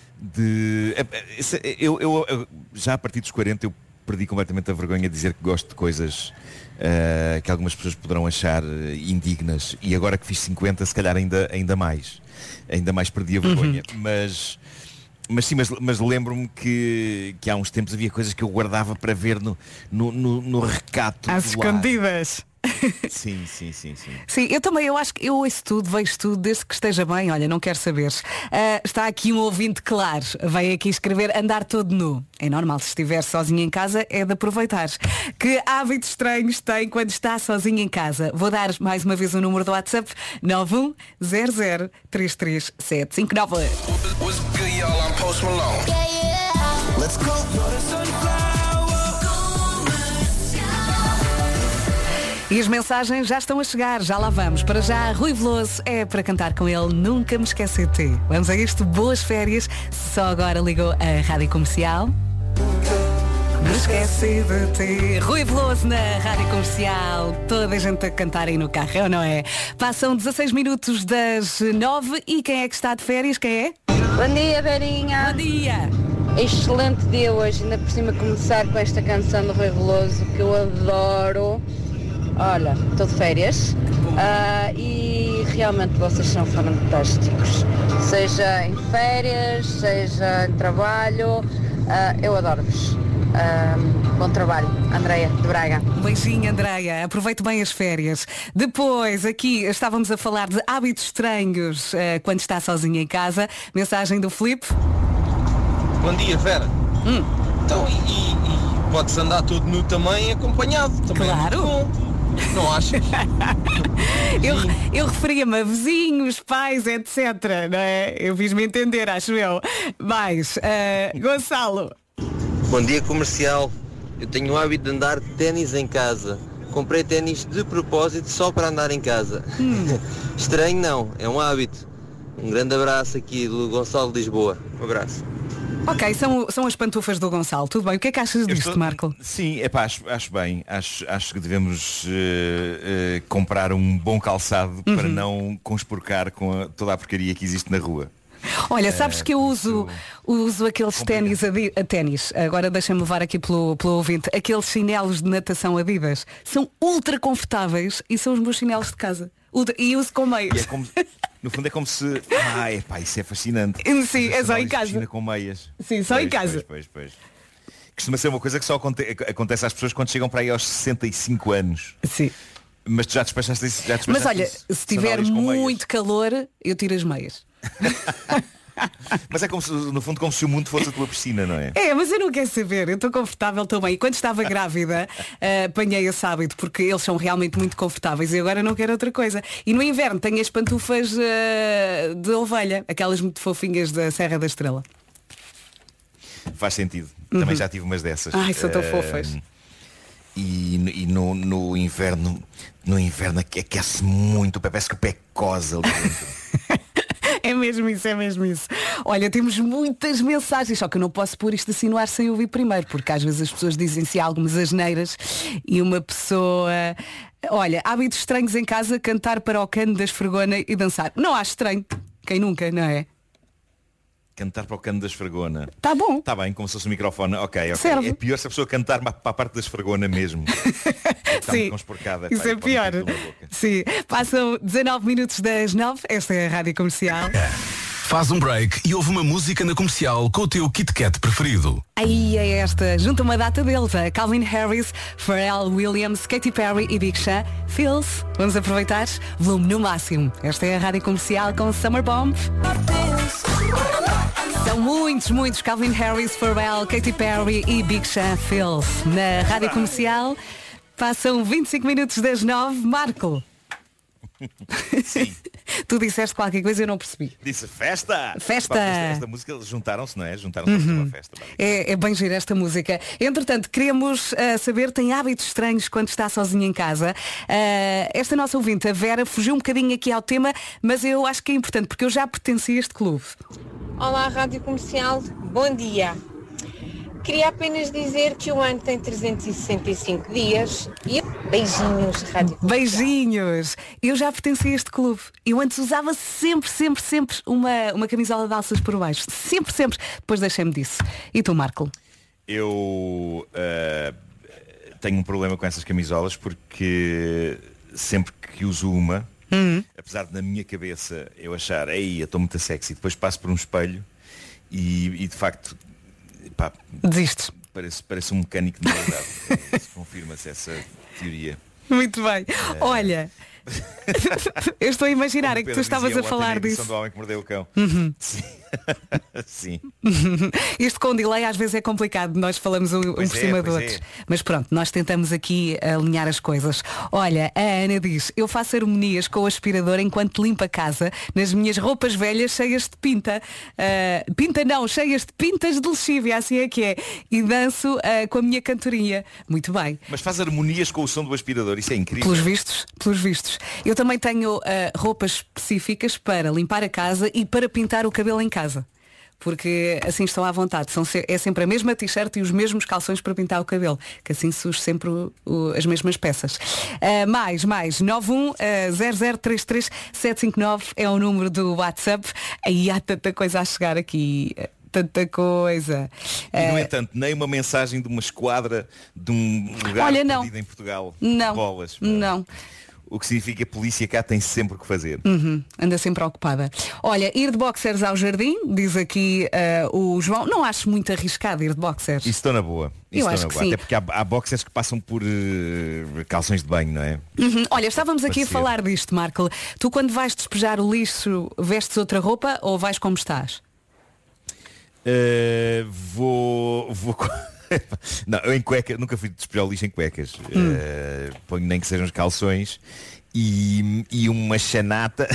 de. Eu, eu, eu já a partir dos quarenta eu perdi completamente a vergonha de dizer que gosto de coisas uh, que algumas pessoas poderão achar indignas. E agora que fiz cinquenta, se calhar ainda, ainda mais. Ainda mais perdi a vergonha. Uhum. Mas. Mas sim, mas, mas lembro-me que, que há uns tempos havia coisas que eu guardava para ver no, no, no, no recato. Às escondidas. Sim, sim, sim, sim. Sim, eu também, eu acho que eu ouço tudo, vejo tudo, desde que esteja bem, olha, não quero saber. Uh, está aqui um ouvinte claro, veio aqui escrever andar todo nu. É normal, se estiver sozinho em casa, é de aproveitar. Que hábitos estranhos tem quando está sozinho em casa? Vou dar mais uma vez o número do WhatsApp, nove um zero zero três três sete cinco nove. Let's go. E as mensagens já estão a chegar, já lá vamos. Para já, Rui Veloso é para cantar com ele Nunca Me Esqueci de Ti. Vamos a isto, boas férias. Só agora ligou a Rádio Comercial. Me esqueci de ti. Rui Veloso na Rádio Comercial. Toda a gente a cantar aí no carro, é ou não é? Passam dezasseis minutos das nove e quem é que está de férias? Quem é? Bom dia, Verinha. Bom dia. Excelente dia hoje, ainda por cima começar com esta canção do Rui Veloso que eu adoro. Olha, estou de férias uh, e realmente vocês são fantásticos. Seja em férias, seja em trabalho, uh, eu adoro-vos. Uh, bom trabalho, Andreia de Braga. Um beijinho, Andreia. Aproveite bem as férias. Depois, aqui estávamos a falar de hábitos estranhos uh, quando está sozinha em casa. Mensagem do Filipe. Bom dia, Vera. Hum. Então, e, e podes andar todo nu também acompanhado. Também claro. É muito bom. Não achas? eu eu referia-me a vizinhos, pais, etcétera. Não é? Eu fiz-me entender, acho eu. Mais, uh, Gonçalo. Bom dia, comercial. Eu tenho o hábito de andar de ténis em casa. Comprei ténis de propósito só para andar em casa. Hum. Estranho não, é um hábito. Um grande abraço aqui do Gonçalo de Lisboa. Um abraço. Ok, são, são as pantufas do Gonçalo. Tudo bem, o que é que achas disto, estou... Marco? Sim, é pá, acho, acho bem. Acho, acho que devemos uh, uh, comprar um bom calçado uhum. para não conspurcar com a, toda a porcaria que existe na rua. Olha, sabes que eu uso, uso aqueles ténis, a ténis, agora deixa-me levar aqui pelo, pelo ouvinte, aqueles chinelos de natação Adidas, são ultra confortáveis e são os meus chinelos de casa. Ultra, e uso com meias. E é como, no fundo é como se... Ah, é pá, isso é fascinante. Sim, é só em casa. Com meias. Sim, só pois, em casa. Pois, pois, pois. Costuma ser uma coisa que só aconte, acontece às pessoas quando chegam para aí aos sessenta e cinco anos. Sim. Mas tu já despachaste isso? Já despachaste Mas olha, isso, se tiver muito calor, eu tiro as meias. Mas é como se, no fundo, como se o mundo fosse a tua piscina, não é? É, mas eu não quero saber, eu estou confortável também. E quando estava grávida, uh, apanhei esse hábito, porque eles são realmente muito confortáveis e agora não quero outra coisa. E no inverno tenho as pantufas uh, de ovelha, aquelas muito fofinhas da Serra da Estrela. Faz sentido. Uhum. Também já tive umas dessas. Ai, são tão uh, fofas. E, e no, no inverno, no inverno aquece muito o pé, parece que o pé cosa ali dentro. É mesmo isso, é mesmo isso. Olha, temos muitas mensagens, só que eu não posso pôr isto assim no ar sem ouvir primeiro, porque às vezes as pessoas dizem-se algumas asneiras e uma pessoa... Olha, hábitos estranhos em casa, cantar para o cano da esfregona e dançar. Não acho estranho. Quem nunca, não é? Cantar para o cano da esfregona. Tá bom. Tá bem, como se fosse o microfone. Ok, ok. Serve. É pior se a pessoa cantar para a parte da esfregona mesmo. Está sim, consporcada. isso pá, é pior. Sim, passam dezanove minutos das nove. Esta é a Rádio Comercial. Faz um break e ouve uma música na Comercial com o teu Kit Kat preferido. Aí é esta, junto uma data deles, a Calvin Harris, Pharrell Williams, Katy Perry e Big Sean. Feels, vamos aproveitar, volume no máximo. Esta é a Rádio Comercial com Summer Bomb. São muitos, muitos Calvin Harris, Pharrell, Katy Perry e Big Sean. Feels, na Rádio Comercial. Passam vinte e cinco minutos das nove. Marco. Sim. Tu disseste qualquer coisa e eu não percebi. Disse festa! Festa! Pá, esta, esta música juntaram-se, não é? Juntaram-se uhum. para uma festa. É, é bem gira esta música. Entretanto, queremos uh, saber, tem hábitos estranhos quando está sozinha em casa. Uh, esta nossa ouvinte, a Vera, fugiu um bocadinho aqui ao tema, mas eu acho que é importante, porque eu já pertenci a este clube. Olá, Rádio Comercial. Bom dia. Queria apenas dizer que o ano tem trezentos e sessenta e cinco dias e beijinhos, Rádio Comercial. Beijinhos. Eu já pertenci a este clube. Eu antes usava sempre, sempre, sempre uma, uma camisola de alças por baixo. Sempre, sempre. Depois deixei-me disso. E tu, Marco? Eu uh, tenho um problema com essas camisolas porque sempre que uso uma, uhum. apesar de na minha cabeça eu achar, ei, eu estou muito sexy, depois passo por um espelho e, e de facto... Pá, desistes. Parece, parece um mecânico de verdade. Confirma-se essa teoria. Muito bem. É... Olha, eu estou a imaginar é que tu estavas a falar disso. Do homem que mordeu o cão. Uhum. Sim. Sim. Isto com delay às vezes é complicado. Nós falamos um, um por cima é, do outro. É. Mas pronto, nós tentamos aqui alinhar as coisas. Olha, a Ana diz, eu faço harmonias com o aspirador enquanto limpo a casa nas minhas roupas velhas cheias de pinta. Uh, pinta não, cheias de pintas de lexívia, assim é que é. E danço uh, com a minha cantoria. Muito bem. Mas faz harmonias com o som do aspirador, isso é incrível. Pelos vistos, pelos vistos. Eu também tenho uh, roupas específicas para limpar a casa e para pintar o cabelo em casa. Porque assim estão à vontade. São, é sempre a mesma t-shirt e os mesmos calções para pintar o cabelo. Que assim surge sempre o, o, as mesmas peças. Uh, mais, mais. nove um zero zero três três sete cinco nove é o número do WhatsApp. Aí há tanta coisa a chegar aqui. Tanta coisa. E no entanto, nem uma mensagem de uma esquadra de um lugar Olha, perdido não. em Portugal. Não. Bolas, não. O que significa que a polícia cá tem sempre o que fazer. Uhum, anda sempre ocupada. Olha, ir de boxers ao jardim, diz aqui uh, o João. Não acho muito arriscado ir de boxers. Isso estou na boa. Isso Eu estou acho na que boa. sim. Até porque há, há boxers que passam por uh, calções de banho, não é? Uhum. Olha, estávamos aqui Pode a falar disto, Marco. Tu quando vais despejar o lixo, vestes outra roupa ou vais como estás? Uh, vou... vou... Não, eu em cueca, nunca fui despejar o lixo em cuecas. Hum. Uh, ponho nem que sejam os calções e, e uma chanata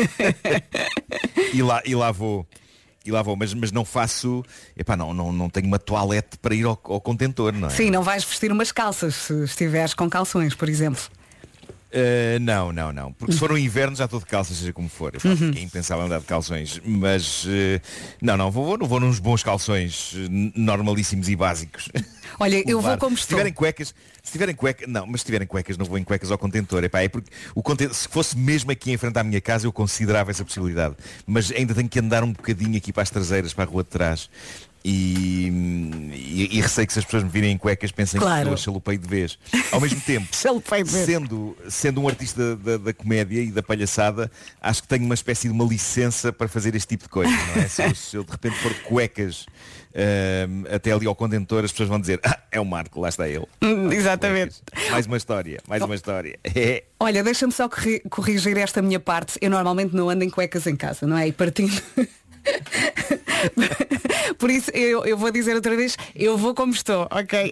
e, lá, e lá vou. E lá vou, mas, mas não faço. Epá, não, não, não tenho uma toalete para ir ao, ao contentor, não é? Sim, não vais vestir umas calças se estiveres com calções, por exemplo. Uh, não, não, não. Porque se for um inverno já estou de calças, seja como for. Eu faço, uhum. É impensável andar de calções. Mas uh, não, não, vou, vou, vou nos bons calções normalíssimos e básicos. Olha, eu vou como estou. Se tiverem cuecas, se tiverem cuecas, não, mas se tiverem cuecas, não vou em cuecas ao contentor. Epá, é porque o contentor, se fosse mesmo aqui em frente à minha casa, eu considerava essa possibilidade. Mas ainda tenho que andar um bocadinho aqui para as traseiras, para a rua de trás. E, e, e receio que se as pessoas me virem em cuecas pensem claro. que eu chalupei de vez. Ao mesmo tempo, sendo, sendo um artista da, da comédia e da palhaçada, acho que tenho uma espécie de uma licença para fazer este tipo de coisa, não é? Se eu, se eu de repente for de cuecas uh, até ali ao contentor, as pessoas vão dizer, ah, é o Marco, lá está ele. Hum, exatamente. Mais uma história, mais uma história. Olha, deixa-me só corrigir esta minha parte. Eu normalmente não ando em cuecas em casa, não é? E partindo... Por isso eu, eu vou dizer outra vez, eu vou como estou, ok?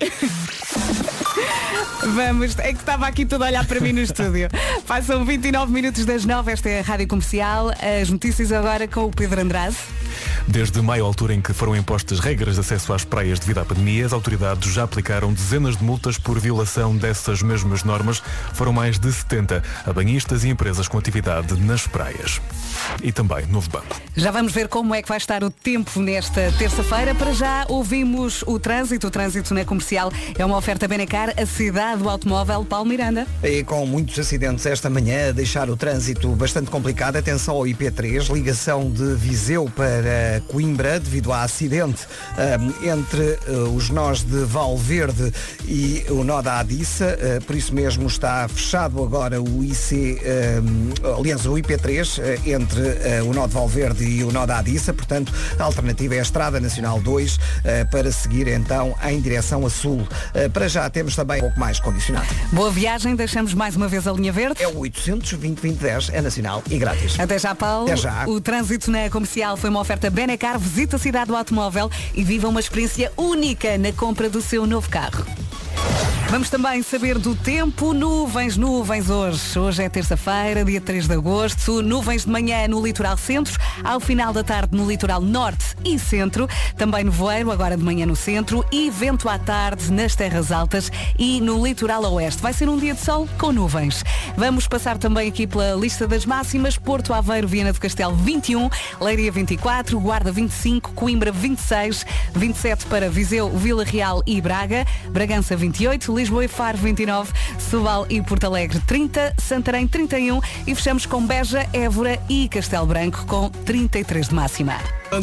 Vamos, é que estava aqui tudo a olhar para mim no estúdio. Passam vinte e nove minutos das nove, esta é a Rádio Comercial. As notícias agora com o Pedro Andrade. Desde maio, altura em que foram impostas regras de acesso às praias devido à pandemia, as autoridades já aplicaram dezenas de multas por violação dessas mesmas normas. Foram mais de setenta a banhistas e empresas com atividade nas praias. E também Novo Banco. Já vamos ver como é que vai estar o tempo nesta terça-feira. Para já ouvimos o trânsito. O trânsito na Comercial é uma oferta Benacar, a cidade do automóvel. Paulo Miranda. E com muitos acidentes esta manhã, a deixar o trânsito bastante complicado. Atenção ao I P três, ligação de Viseu para Coimbra, devido a acidente um, entre uh, os nós de Valverde e o nó da Adissa. Uh, por isso mesmo está fechado agora o I C, um, aliás, o I P três, uh, entre uh, o nó de Valverde e o nó da Adissa. Portanto, a alternativa é a Estrada Nacional dois, uh, para seguir então em direção a sul. Uh, para já temos também um pouco mais condicionado. Boa viagem, deixamos mais uma vez a linha verde. É o oitocentos, vinte, vinte, dez, é nacional e grátis. Até já, Paulo. Até já. O trânsito na Comercial foi uma oferta Benacar. Visita a cidade do automóvel e viva uma experiência única na compra do seu novo carro. Vamos também saber do tempo. Nuvens, nuvens hoje. Hoje é terça-feira, dia três de agosto. Nuvens de manhã no litoral centro, ao final da tarde no litoral norte e centro. Também nevoeiro, agora de manhã no centro. E vento à tarde nas terras altas e no litoral oeste. Vai ser um dia de sol com nuvens. Vamos passar também aqui pela lista das máximas. Porto Aveiro, Viana do Castelo vinte e um, Leiria vinte e quatro, Guarda vinte e cinco, Coimbra vinte e seis, vinte e sete para Viseu, Vila Real e Braga, Bragança vinte e oito, Lisboa e Faro vinte e nove, Setúbal e Porto Alegre trinta, Santarém trinta e um e fechamos com Beja, Évora e Castelo Branco com trinta e três de máxima.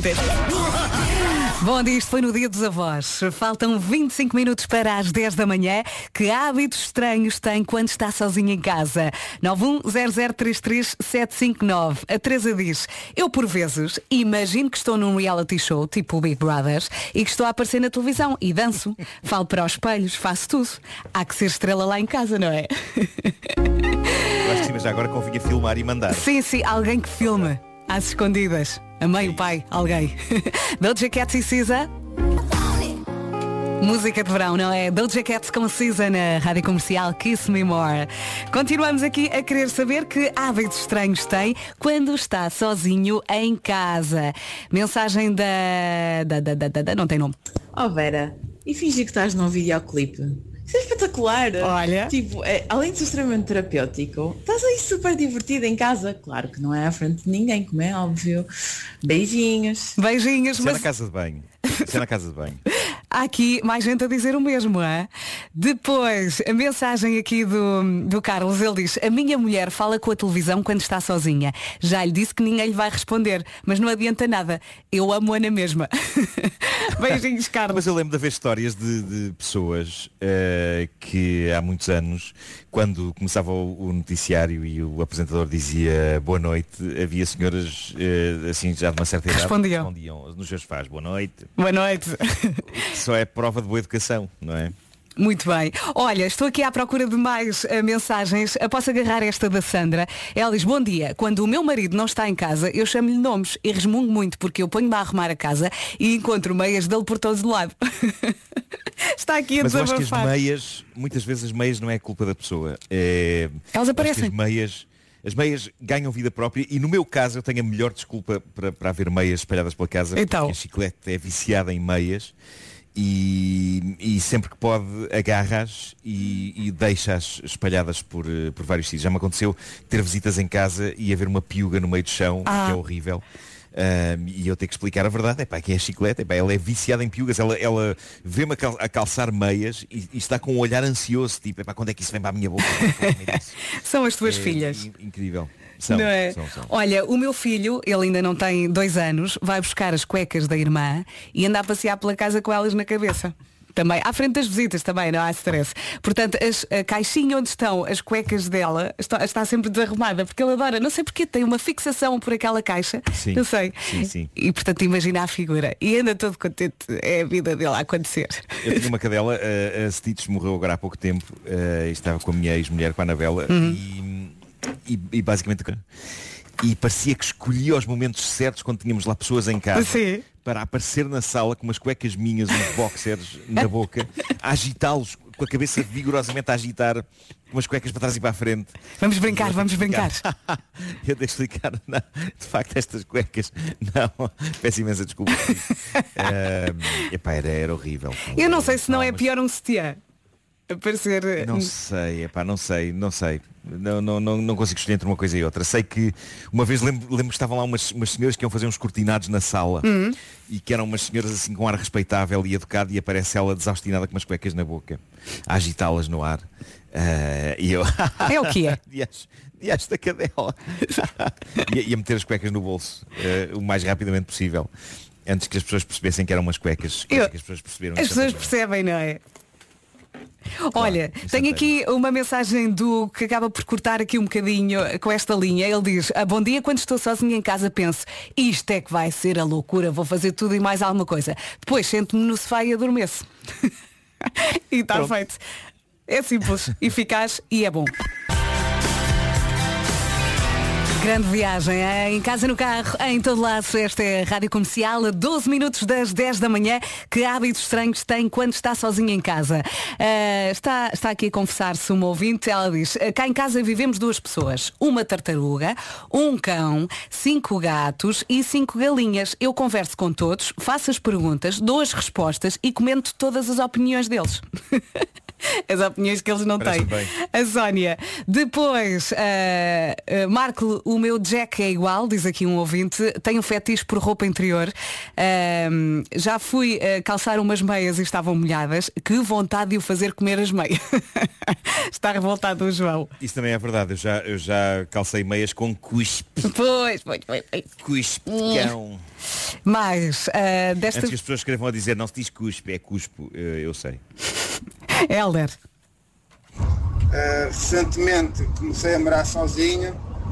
Bom dia, isto foi no Dia dos Avós. Faltam vinte e cinco minutos para as dez da manhã. Que hábitos estranhos tem quando está sozinha em casa? nove um zero zero três três sete cinco nove. A Teresa diz, eu por vezes imagino que estou num reality show, tipo o Big Brother, e que estou a aparecer na televisão e danço. Falo para os espelhos, faço tudo. Há que ser estrela lá em casa, não é? Eu acho que sim, mas já agora convinha filmar e mandar. Sim, sim, alguém que filme. Às escondidas. A mãe, o pai, alguém. Doja Cat e Cisa. Música de verão, não é? Doja Cat com Cisa na Rádio Comercial Kiss Me More. Continuamos aqui a querer saber que hábitos estranhos tem quando está sozinho em casa. Mensagem da... da, da, da, da, da não tem nome. Oh Vera, e fingir que estás num videoclipe? Isso é espetacular. Olha. Tipo, é, além de ser extremamente terapêutico, estás aí super divertida em casa. Claro que não é à frente de ninguém, como é óbvio. Beijinhos. Beijinhos. Isso mas... é na casa de banho. Isso é na casa de banho. Há aqui mais gente a dizer o mesmo, é? Depois, a mensagem aqui do, do Carlos, ele diz, a minha mulher fala com a televisão quando está sozinha. Já lhe disse que ninguém lhe vai responder, mas não adianta nada. Eu amo-a na mesma. Beijinhos, Carlos. Mas eu lembro de haver histórias de, de pessoas uh, que há muitos anos, quando começava o, o noticiário e o apresentador dizia boa noite, havia senhoras uh, assim já de uma certa idade respondiam. respondiam nos seus faz boa noite. Boa noite. Só é prova de boa educação, não é? Muito bem. Olha, estou aqui à procura de mais uh, mensagens. Uh, posso agarrar esta da Sandra. Ela diz, bom dia. Quando o meu marido não está em casa, eu chamo-lhe nomes e resmungo muito porque eu ponho-me a arrumar a casa e encontro meias dele por todo o lado. Está aqui a Mas eu desabafar. acho que as meias, muitas vezes as meias não é culpa da pessoa. É... Elas aparecem. As meias, as meias ganham vida própria e no meu caso eu tenho a melhor desculpa para, para haver meias espalhadas pela casa, então. porque a chiclete é viciada em meias. E, e sempre que pode agarras e, e deixas espalhadas por, por vários sítios. Já me aconteceu ter visitas em casa e haver uma piuga no meio do chão, ah. que é horrível. Um, e eu tenho que explicar a verdade. Epá, que é a chiclete, epá, ela é viciada em piugas. Ela, ela vê-me a, cal, a calçar meias e, e está com um olhar ansioso, tipo, epá, quando é que isso vem para a minha boca? São as tuas é, filhas. In, incrível. São, não é? são, são. Olha, o meu filho, ele ainda não tem dois anos, vai buscar as cuecas da irmã e anda a passear pela casa com elas na cabeça. Também, à frente das visitas também, não há stress. Portanto, as, a caixinha onde estão as cuecas dela está, está sempre desarrumada, porque ele adora, não sei porque, tem uma fixação por aquela caixa. Sim, não sei. Sim, sim. E portanto imagina a figura. E anda todo contente, é a vida dele a acontecer. Eu tinha uma cadela, a, a Stitch morreu agora há pouco tempo, uh, estava com a minha ex-mulher, com a Anabela, uhum. e, e, e basicamente e parecia que escolhia os momentos certos quando tínhamos lá pessoas em casa. Sim. Para aparecer na sala com umas cuecas minhas, uns boxers na boca, a agitá-los com a cabeça vigorosamente a agitar, com umas cuecas para trás e para a frente. Vamos brincar, vamos brincar. Eu devo explicar, não, de facto estas cuecas, não, peço imensa desculpa. uh, epá, era, era horrível. Eu não sei se não é pior um sutiã. Aparecer... Não sei, epá, não sei, não sei. Não, não, não, não consigo escolher entre uma coisa e outra. Sei que uma vez lembro, lembro que estavam lá umas, umas senhoras que iam fazer uns cortinados na sala uhum. e que eram umas senhoras assim com ar respeitável e educado e aparece ela desaustinada com umas cuecas na boca, a agitá-las no ar. Uh, e eu... É o que é? Dias da cadela. e a meter as cuecas no bolso uh, o mais rapidamente possível. Antes que as pessoas percebessem que eram umas cuecas. Eu... Que as pessoas perceberam. As pessoas percebem, não é? Claro, olha, tenho aqui uma mensagem do que acaba por cortar aqui um bocadinho com esta linha. Ele diz, ah, bom dia, quando estou sozinha em casa penso, isto é que vai ser a loucura, vou fazer tudo e mais alguma coisa. Depois sento-me no sofá e adormeço. E está feito. É simples, eficaz e é bom. Grande viagem, hein? Em casa, no carro, em todo lado. Esta é a Rádio Comercial, a doze minutos das dez da manhã. Que hábitos estranhos tem quando está sozinha em casa? Uh, está, está aqui a confessar-se uma ouvinte. Ela diz, cá em casa vivemos duas pessoas. Uma tartaruga, um cão, cinco gatos e cinco galinhas. Eu converso com todos, faço as perguntas, dou as respostas e comento todas as opiniões deles. As opiniões que eles não têm. A Sónia. Depois, uh, uh, Marco, o meu Jack é igual, diz aqui um ouvinte. Tem um fetiche por roupa interior. Uh, já fui uh, calçar umas meias e estavam molhadas. Que vontade de o fazer comer as meias. Está revoltado o João. Isso também é verdade. Eu já, eu já calcei meias com cuspe. Pois, pois, pois. Cuspe, cão. Mas, uh, desta... Antes que as pessoas escrevam a dizer, não se diz cuspe, é cuspo. Eu, eu sei. Helder. Uh, recentemente comecei a morar sozinho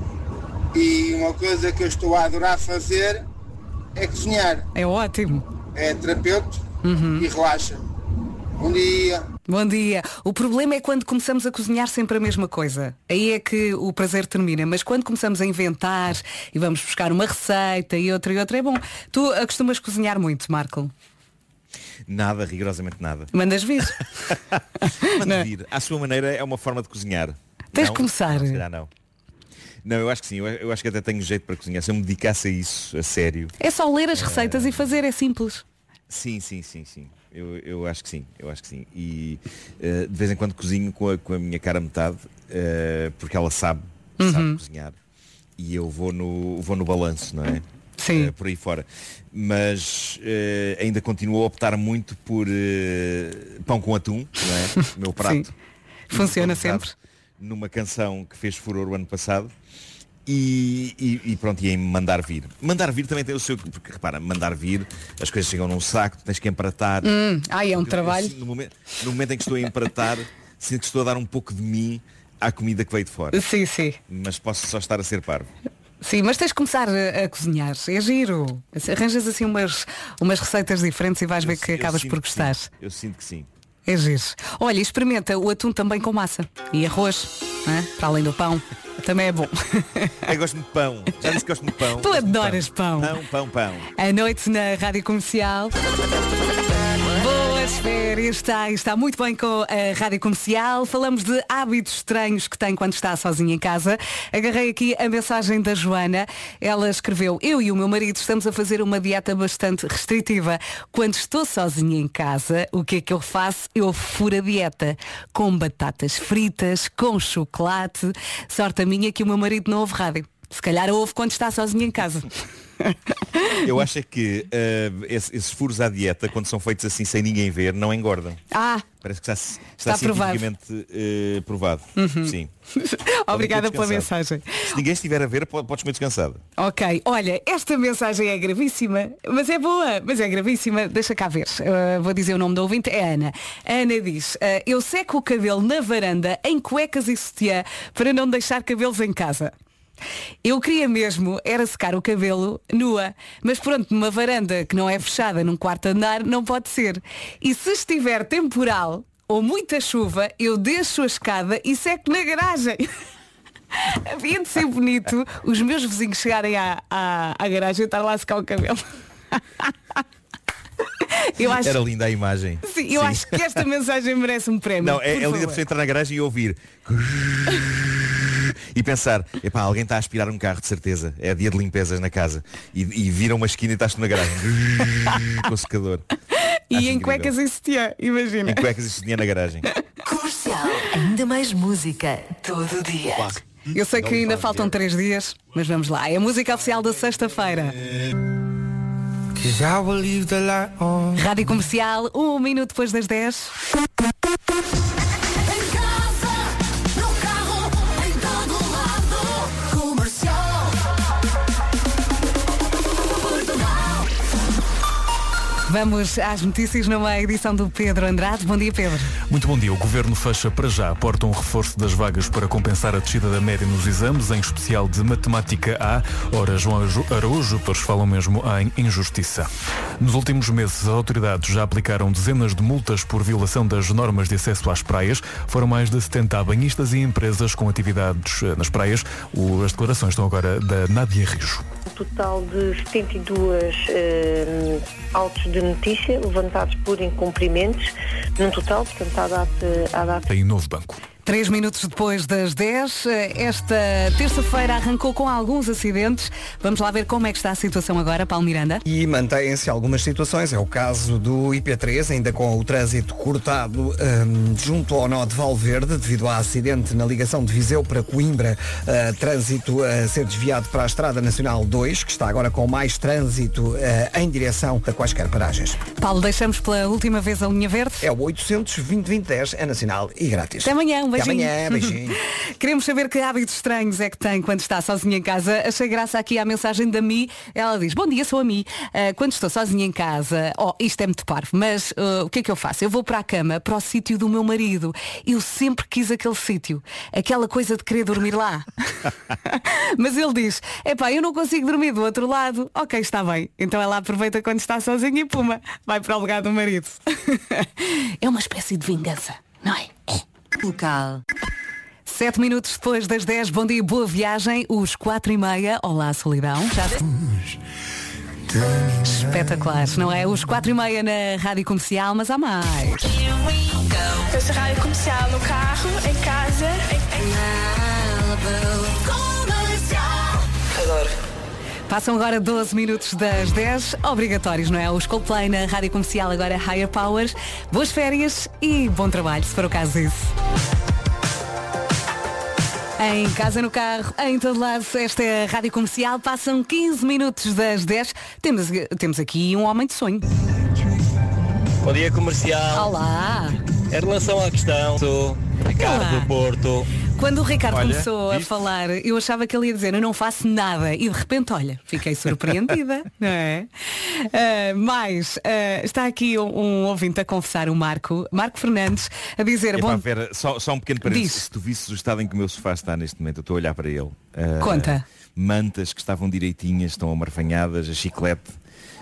e uma coisa que eu estou a adorar fazer é cozinhar. É ótimo. É terapêutico uhum. e relaxa. Bom dia. Bom dia. O problema é quando começamos a cozinhar sempre a mesma coisa. Aí é que o prazer termina. Mas quando começamos a inventar e vamos buscar uma receita e outra e outra, é bom. Tu acostumas cozinhar muito, Marco? Nada, rigorosamente nada. Mandas vir. Manda vir. À sua maneira é uma forma de cozinhar. Tens não? de começar. Se calhar não. Não, eu acho que sim. Eu, eu acho que até tenho jeito para cozinhar. Se eu me dedicasse a isso, a sério. É só ler as receitas uh... e fazer, é simples. Sim, sim, sim, sim. Eu, eu acho que sim. Eu acho que sim. E uh, de vez em quando cozinho com a, com a minha cara metade, uh, porque ela sabe, uhum. sabe cozinhar. E eu vou no, vou no balanço, não é? Sim. Uh, por aí fora. Mas uh, ainda continuo a optar muito por uh, pão com atum, não é? Meu prato. Funciona sempre. Numa canção que fez furor o ano passado. E, e, e pronto, e em mandar vir. Mandar vir também tem o seu... Porque repara, mandar vir, as coisas chegam num saco, tens que empratar. Hum, ai, é um eu, trabalho. Eu, no, momento, no momento em que estou a empratar, sinto que estou a dar um pouco de mim à comida que veio de fora. Sim, sim. Mas posso só estar a ser parvo. Sim, mas tens de começar a, a cozinhar. É giro. Arranjas assim umas, umas receitas diferentes e vais eu, ver que acabas por gostar. Eu sinto que sim. É giro. Olha, experimenta o atum também com massa. E arroz, não é? Para além do pão. Também é bom. Eu gosto de pão. Já disse que gosto de pão. Tu adoras pão. Pão, pão, pão. À noite na Rádio Comercial. Boas férias, está, está muito bem com a Rádio Comercial. Falamos de hábitos estranhos que tem quando está sozinha em casa. Agarrei aqui a mensagem da Joana. Ela escreveu: eu e o meu marido estamos a fazer uma dieta bastante restritiva. Quando estou sozinha em casa, o que é que eu faço? Eu furo a dieta com batatas fritas, com chocolate. Sorte a minha que o meu marido não ouve rádio. Se calhar ouve quando está sozinha em casa. Eu acho que uh, esses, esses furos à dieta, quando são feitos assim sem ninguém ver, não engordam. Ah, parece que está, está, está cientificamente uh, provado. Uhum. Sim. Obrigada pela mensagem. Se ninguém estiver a ver, podes comer descansado. Ok, olha, esta mensagem é gravíssima, mas é boa, mas é gravíssima. Deixa cá ver. Uh, vou dizer o nome da ouvinte, é Ana. A Ana diz: uh, eu seco o cabelo na varanda em cuecas e sutiã para não deixar cabelos em casa. Eu queria mesmo era secar o cabelo nua, mas pronto, numa varanda que não é fechada num quarto andar não pode ser. E se estiver temporal ou muita chuva, eu deixo a escada e seco na garagem. Havia de ser bonito os meus vizinhos chegarem à, à, à garagem e estar lá a secar o cabelo. Eu acho... Era linda a imagem. Sim, eu Sim. acho que esta mensagem merece um prémio. Não, é, é linda para entrar na garagem e ouvir e pensar, epá, alguém está a aspirar um carro de certeza. É dia de limpezas na casa. E, e vira uma esquina e estás-te na garagem com o secador. E acho em incrível. Cuecas e sutiã, imagina. Em cuecas e sutiã na garagem. Comercial, ainda mais música todo dia. Eu sei que ainda faltam três dias, mas vamos lá. É a música oficial da sexta-feira. Rádio Comercial, um minuto depois das dez. Vamos às notícias numa edição do Pedro Andrade. Bom dia, Pedro. Muito bom dia. O Governo fecha para já a porta um reforço das vagas para compensar a descida da média nos exames, em especial de Matemática A. Ora, João Araújo, todos falam mesmo em injustiça. Nos últimos meses, as autoridades já aplicaram dezenas de multas por violação das normas de acesso às praias. Foram mais de setenta banhistas e empresas com atividades nas praias. As declarações estão agora da Nádia Rijo. Um total de setenta e dois eh, autos de notícia levantados por incumprimentos, num total, portanto, à data... À data... Em Novo Banco. Três minutos depois das dez, esta terça-feira arrancou com alguns acidentes. Vamos lá ver como é que está a situação agora, Paulo Miranda. E mantêm-se algumas situações. É o caso do I P três, ainda com o trânsito cortado um, junto ao nó de Valverde, devido a acidente na ligação de Viseu para Coimbra. Uh, trânsito a ser desviado para a Estrada Nacional dois, que está agora com mais trânsito uh, em direção a quaisquer paragens. Paulo, deixamos pela última vez a linha verde. É o oitocentos, vinte, vinte, dez, é nacional e grátis. Até amanhã, um beijinho. Até amanhã, beijinho. Queremos saber que hábitos estranhos é que tem quando está sozinha em casa. Achei graça aqui à mensagem da Mi. Ela diz: bom dia, sou a Mi. Uh, quando estou sozinha em casa, oh, isto é muito parvo, mas uh, o que é que eu faço? Eu vou para a cama, para o sítio do meu marido. Eu sempre quis aquele sítio. Aquela coisa de querer dormir lá. Mas ele diz: epá, eu não consigo dormir do outro lado. Ok, está bem. Então ela aproveita quando está sozinha e puma, vai para o lugar do marido. É uma espécie de vingança, não é? Local. Sete minutos depois das dez, bom dia, boa viagem, os quatro e meia, olá solidão. Já... Espetacular, não é? Os quatro e meia na Rádio Comercial, mas há mais. Eu sou Rádio Comercial no carro, em casa, em... Adoro. Passam agora doze minutos das dez, obrigatórios, não é? Os Coldplay na Rádio Comercial, agora Higher Powers. Boas férias e bom trabalho, se for o caso disso. Em casa, no carro, em todo lado, esta é a Rádio Comercial. Passam quinze minutos das dez. Temos, temos aqui um homem de sonho. Bom dia, Comercial. Olá. Em relação à questão, sou Ricardo Olá. do Porto. Quando o Ricardo Olha, começou a viste? falar, eu achava que ele ia dizer: eu não faço nada. E de repente, olha, fiquei surpreendida, não é? Uh, mas uh, está aqui um, um ouvinte a confessar, o Marco, Marco Fernandes, a dizer... Epá, bom... Vera, só, só um pequeno parênteses. Se tu visses o estado em que o meu sofá está neste momento, eu estou a olhar para ele. Uh, Conta. Mantas que estavam direitinhas, estão amarfanhadas, a chiclete.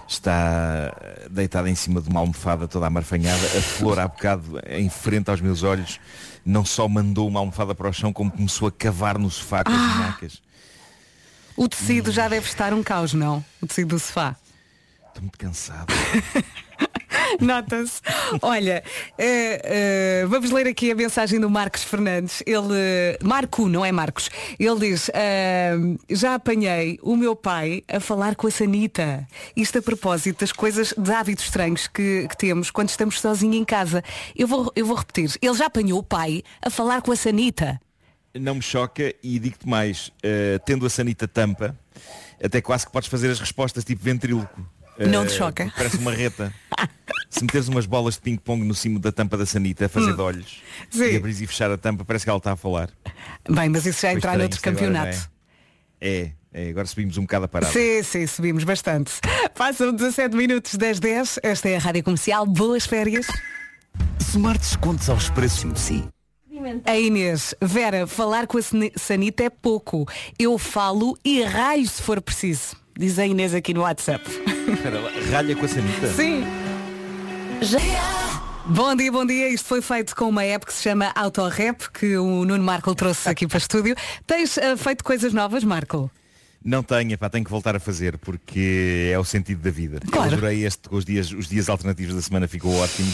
está deitada em cima de uma almofada toda amarfanhada. A Flor, há bocado, em frente aos meus olhos, não só mandou uma almofada para o chão, como começou a cavar no sofá com as Ah. minhacas. O tecido já deve estar um caos, não? O tecido do sofá. Estou muito cansado. Nota-se. Olha, eh, eh, vamos ler aqui a mensagem do Marcos Fernandes. Ele, Marco, não é Marcos. Ele diz, eh, já apanhei o meu pai a falar com a Sanita. Isto a propósito das coisas, de hábitos estranhos que, que temos quando estamos sozinhos em casa. Eu vou, eu vou repetir. Ele já apanhou o pai a falar com a Sanita. Não me choca e digo-te mais, uh, tendo a sanita tampa, até quase que podes fazer as respostas tipo ventríloco. Não te Uh, choca? Parece uma reta. Se meteres umas bolas de ping-pong no cimo da tampa da sanita a fazer Hum. de olhos Sim. e abrir e fechar a tampa, parece que ela está a falar. Bem, mas isso já Foi entrar estranho, noutro isto agora, campeonato. não É, é, é, agora subimos um bocado a parada. Sim, sim, subimos bastante. Passam dezassete minutos das dez. Esta é a Rádio Comercial. Boas férias. Smart descontos aos preços de si. A Inês, Vera, falar com a Sani- Sanita é pouco. Eu falo e ralho se for preciso. Diz a Inês aqui no WhatsApp. Espera lá, ralha com a sanita? Sim. Já... Bom dia, bom dia. Isto foi feito com uma app que se chama Autorap, que o Nuno Marco trouxe aqui para o estúdio. Tens uh, feito coisas novas, Marco? Não tenho, pá, tenho que voltar a fazer porque é o sentido da vida. Claro. Eu adorei este com os dias, os dias alternativos da semana, ficou ótimo.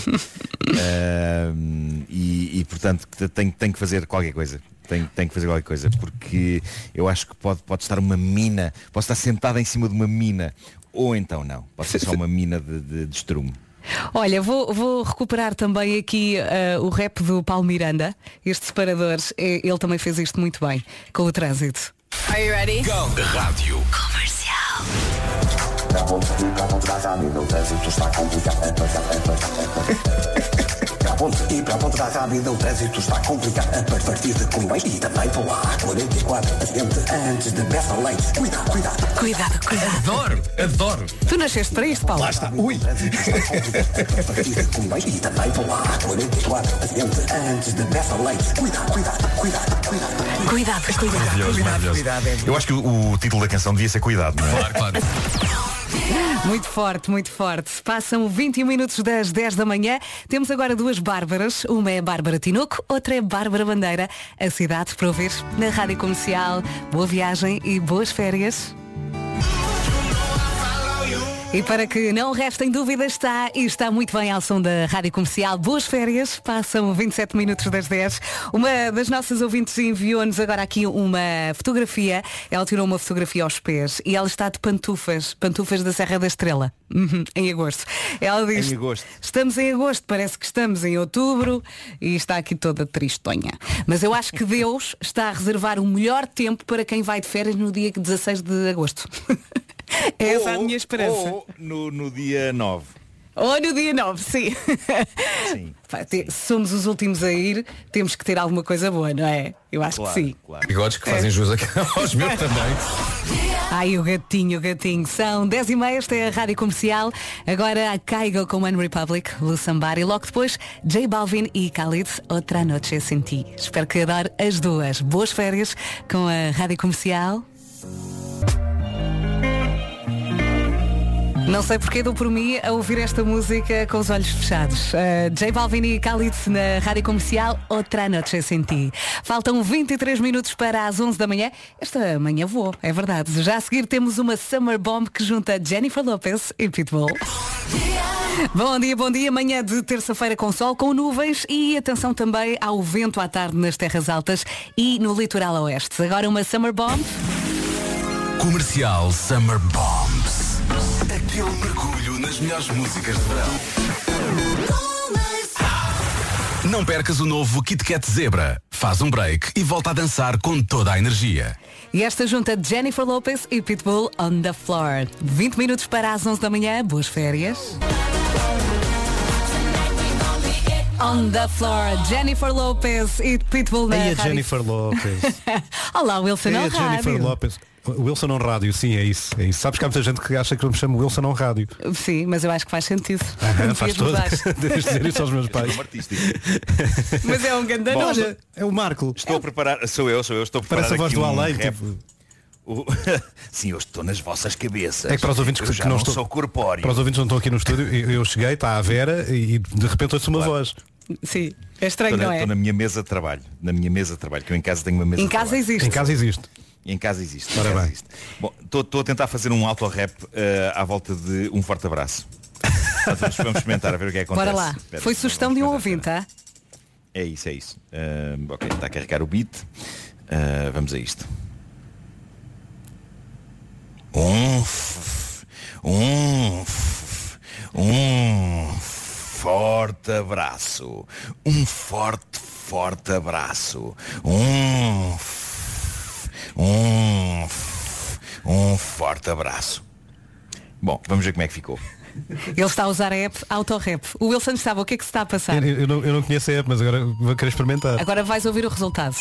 Ahm, e, e portanto tenho, tenho que fazer qualquer coisa. Tenho, tenho que fazer qualquer coisa porque eu acho que pode, pode estar uma mina, posso estar sentado em cima de uma mina, ou então não, pode ser só uma mina de, de, de estrume. Olha, vou, vou recuperar também aqui uh, o rap do Paulo Miranda. Este separador, eh, ele também fez isto muito bem com o trânsito. Are you ready? Go! Rádio Comercial. E para a ponta da rápida o trânsito está complicado. A partir de Colombo e também pela A quarenta e quatro, acidente antes de Bessa Leite. Cuidado, cuidado. Cuidado, cuidado. Adoro, adoro. Tu nasceste para isto, Paulo? Lá está. Ui. A partir de Colombo e também pela A quarenta e quatro, acidente antes de Bessa Leite. Cuidado, cuidado, cuidado, cuidado. Cuidado, cuidado. Maravilhoso, maravilhoso. Eu acho que o, o título da canção devia ser Cuidado, não é? Claro, claro. Muito forte, muito forte. Passam vinte e um minutos das dez da manhã. Temos agora duas Bárbaras. Uma é Bárbara Tinoco, outra é Bárbara Bandeira. A cidade para ouvir na Rádio Comercial. Boa viagem e boas férias. E para que não restem dúvidas, está e está muito bem ao som da Rádio Comercial. Boas férias, passam vinte e sete minutos das dez. Uma das nossas ouvintes enviou-nos agora aqui uma fotografia. Ela tirou uma fotografia aos pés e ela está de pantufas, pantufas da Serra da Estrela, uhum, em agosto. Ela diz, Em agosto. estamos em agosto, parece que estamos em outubro e está aqui toda tristonha. Mas eu acho que Deus está a reservar o melhor tempo para quem vai de férias no dia dezasseis de agosto. É essa Ou- a minha esperança. Ou no, no dia nove. Ou no dia nove, sim. Sim. Pá, te- se somos os últimos a ir, temos que ter alguma coisa boa, não é? Eu acho Claro, que sim. claro. Bigodes que fazem É. jus aqui aos meus também. Ai, o gatinho, o gatinho. São dez e meia, esta é a Rádio Comercial. Agora a Caigo com One Republic, Lu Sambari. Logo depois, J Balvin e Khalid, Outra Noche Sem Ti. Espero que adore as duas. Boas férias com a Rádio Comercial. Não sei porque dou por mim a ouvir esta música com os olhos fechados. Uh, J Balvin e Khalid na Rádio Comercial, Outra Noche Sem Ti. Faltam vinte e três minutos para as onze da manhã. Esta manhã voou, é verdade. Já a seguir temos uma Summer Bomb que junta Jennifer Lopez e Pitbull. Bom dia, bom dia. Manhã de terça-feira com sol, com nuvens e atenção também ao vento à tarde nas terras altas e no litoral oeste. Agora uma Summer Bomb. Comercial Summer Bombs. Aquele mergulho nas melhores músicas de verão. Não percas o novo Kit Kat Zebra. Faz um break e volta a dançar com toda a energia. E esta junta de Jennifer Lopez e Pitbull on the floor. vinte minutos para as onze da manhã. Boas férias. On the floor, Jennifer Lopez e Pitbull na E a rádio. Jennifer Lopez. Olá, Wilson E ao a Jennifer rádio. Lopez. Wilson on rádio, sim, é isso, é isso. Sabes que há muita gente que acha que eu me chamo Wilson on rádio. Sim, mas eu acho que faz sentido. Aham, faz Devias todo. mudar. Deves dizer isso aos meus pais. Mas é um grande Bom, nome. Olha, é o Marco. Estou a preparar, sou eu, sou eu, estou a preparar Parece a voz aqui do um além, rap. tipo. O... Sim, eu estou nas vossas cabeças. É que para os ouvintes eu que, já que não, não estou, sou corpóreo. Para os ouvintes que não estão aqui no estúdio, eu, eu cheguei, está a Vera e de repente ouço uma claro. voz. Sim, é estranho, estou não na, é? Estou na minha mesa de trabalho. Na minha mesa de trabalho, que eu em casa tenho uma mesa em de casa trabalho. existe. Em casa existe. Em casa existe. Ora bem. Existe. Bom, estou a tentar fazer um auto-rap uh, à volta de um forte abraço. Vamos, vamos experimentar a ver o que é que acontece. Bora lá. Espera, Foi sugestão de um ouvinte, tá? É isso, é isso. Uh, ok, está a carregar o beat. Uh, vamos a isto. Um, f- um, f- um forte abraço. Um forte, forte abraço. Um, f- um, f- um forte abraço. Bom, vamos ver como é que ficou. Ele está a usar a app Autorap. O Wilson estava, o que é que se está a passar? Eu, eu, não, eu não conheço a app, mas agora vou querer experimentar. Agora vais ouvir o resultado.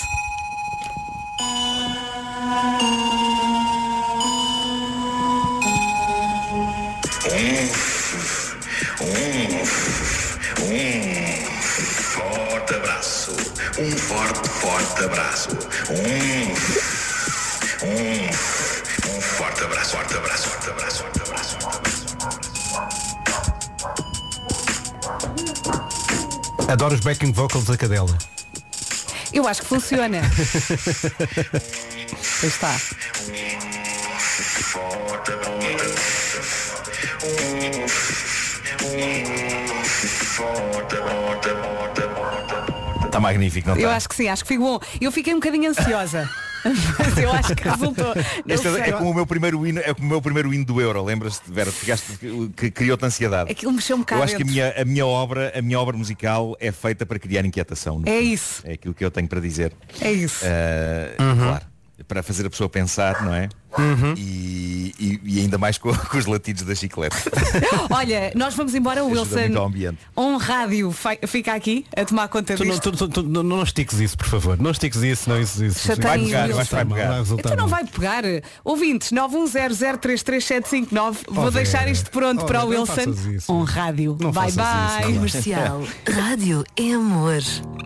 Um, um, um forte abraço. Um forte, forte abraço. Um, um, um forte abraço, forte abraço, forte abraço, forte abraço, forte abraço. Adoro os backing vocals da cadela. Eu acho que funciona. Aí está. Está magnífico, não está? Eu acho que sim, acho que ficou bom. Eu fiquei um bocadinho ansiosa. Mas eu acho que resultou. Este é, é como o meu primeiro hino, é como o meu primeiro hino do Euro, lembras-te, Vera? Ficaste, que criou-te ansiedade. Aquilo mexeu um bocado. Eu acho que a minha, a minha obra, a minha obra musical é feita para criar inquietação. É isso. É aquilo que eu tenho para dizer. É isso. Uh, Uhum. Claro. Para fazer a pessoa pensar, não é? Uhum. E, e, e ainda mais com, com os latidos da chiclete. Olha, nós vamos embora, o Ajuda muito ao Wilson. ambiente. Um rádio fi- fica aqui a tomar conta Tu não, disto. tu, tu, tu, não, não estiques isso, por favor. Não estiques isso, não isso. isso Chateia Vai o pegar, eu Wilson. acho que vai pegar. resultar Então não mal. vai pegar. Ouvintes, nove um zero zero três três sete cinco nove. Vou Oh, deixar Vera. isto pronto Oh, para o Vera, não Wilson. faças isso. Um rádio. Não Bye faças isso, bye. não. Comercial. Rádio é amor.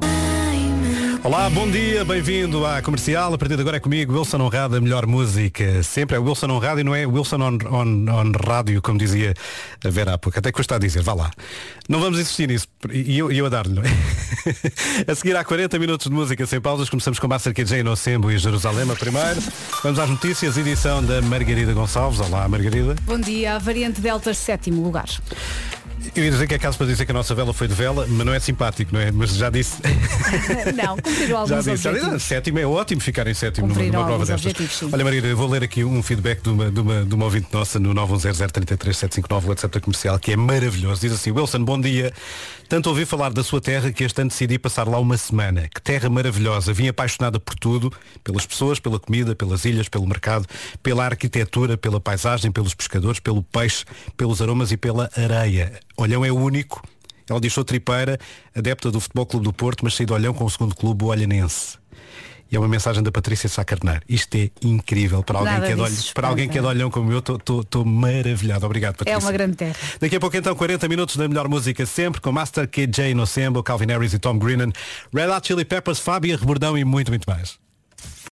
Olá, bom dia, bem-vindo à Comercial. A partir de agora é comigo, Wilson Honrado, a melhor música. Sempre é Wilson Honrado e não é Wilson on, on, on rádio, como dizia a Vera há pouco. Até custa a dizer, vá lá. Não vamos insistir nisso. E eu, eu a dar-lhe, não é? A seguir há quarenta minutos de música sem pausas. Começamos com Master K J no Sembo e Jerusalém primeiro. Vamos às notícias, edição da Margarida Gonçalves. Olá, Margarida. Bom dia, a variante Delta, sétimo lugar. Eu ia dizer que é caso para dizer que a nossa vela foi de vela, mas não é simpático, não é? Mas já disse. Não, cumpriram alguns Já disse, já objetivos. disse, sétimo é ótimo ficar em sétimo numa, Cumpriram numa prova alguns destas. objetivos, sim. Olha, Maria, eu vou ler aqui um feedback de uma, de uma, de uma ouvinte nossa no nove um zero zero três três sete cinco nove, WhatsApp da Comercial, que é maravilhoso. Diz assim: Wilson, bom dia. Tanto ouvi falar da sua terra que este ano decidi passar lá uma semana. Que terra maravilhosa. Vim apaixonada por tudo, pelas pessoas, pela comida, pelas ilhas, pelo mercado, pela arquitetura, pela paisagem, pelos pescadores, pelo peixe, pelos aromas e pela areia. Olhão é o único. Ela diz: sou tripeira, adepta do Futebol Clube do Porto, mas saí de Olhão com o segundo clube, o Olhanense. E é uma mensagem da Patrícia Sá Carneiro. Isto é incrível. Para alguém, Nada que é, de disso olho, para alguém que é de Olhão como eu, estou maravilhado. Obrigado, Patrícia. É uma grande terra. Daqui a pouco então quarenta minutos da melhor música sempre, com Master K J no Sembo, Calvin Harris e Tom Greenan, Red Hot Chili Peppers, Fábia Rebordão e muito, muito mais.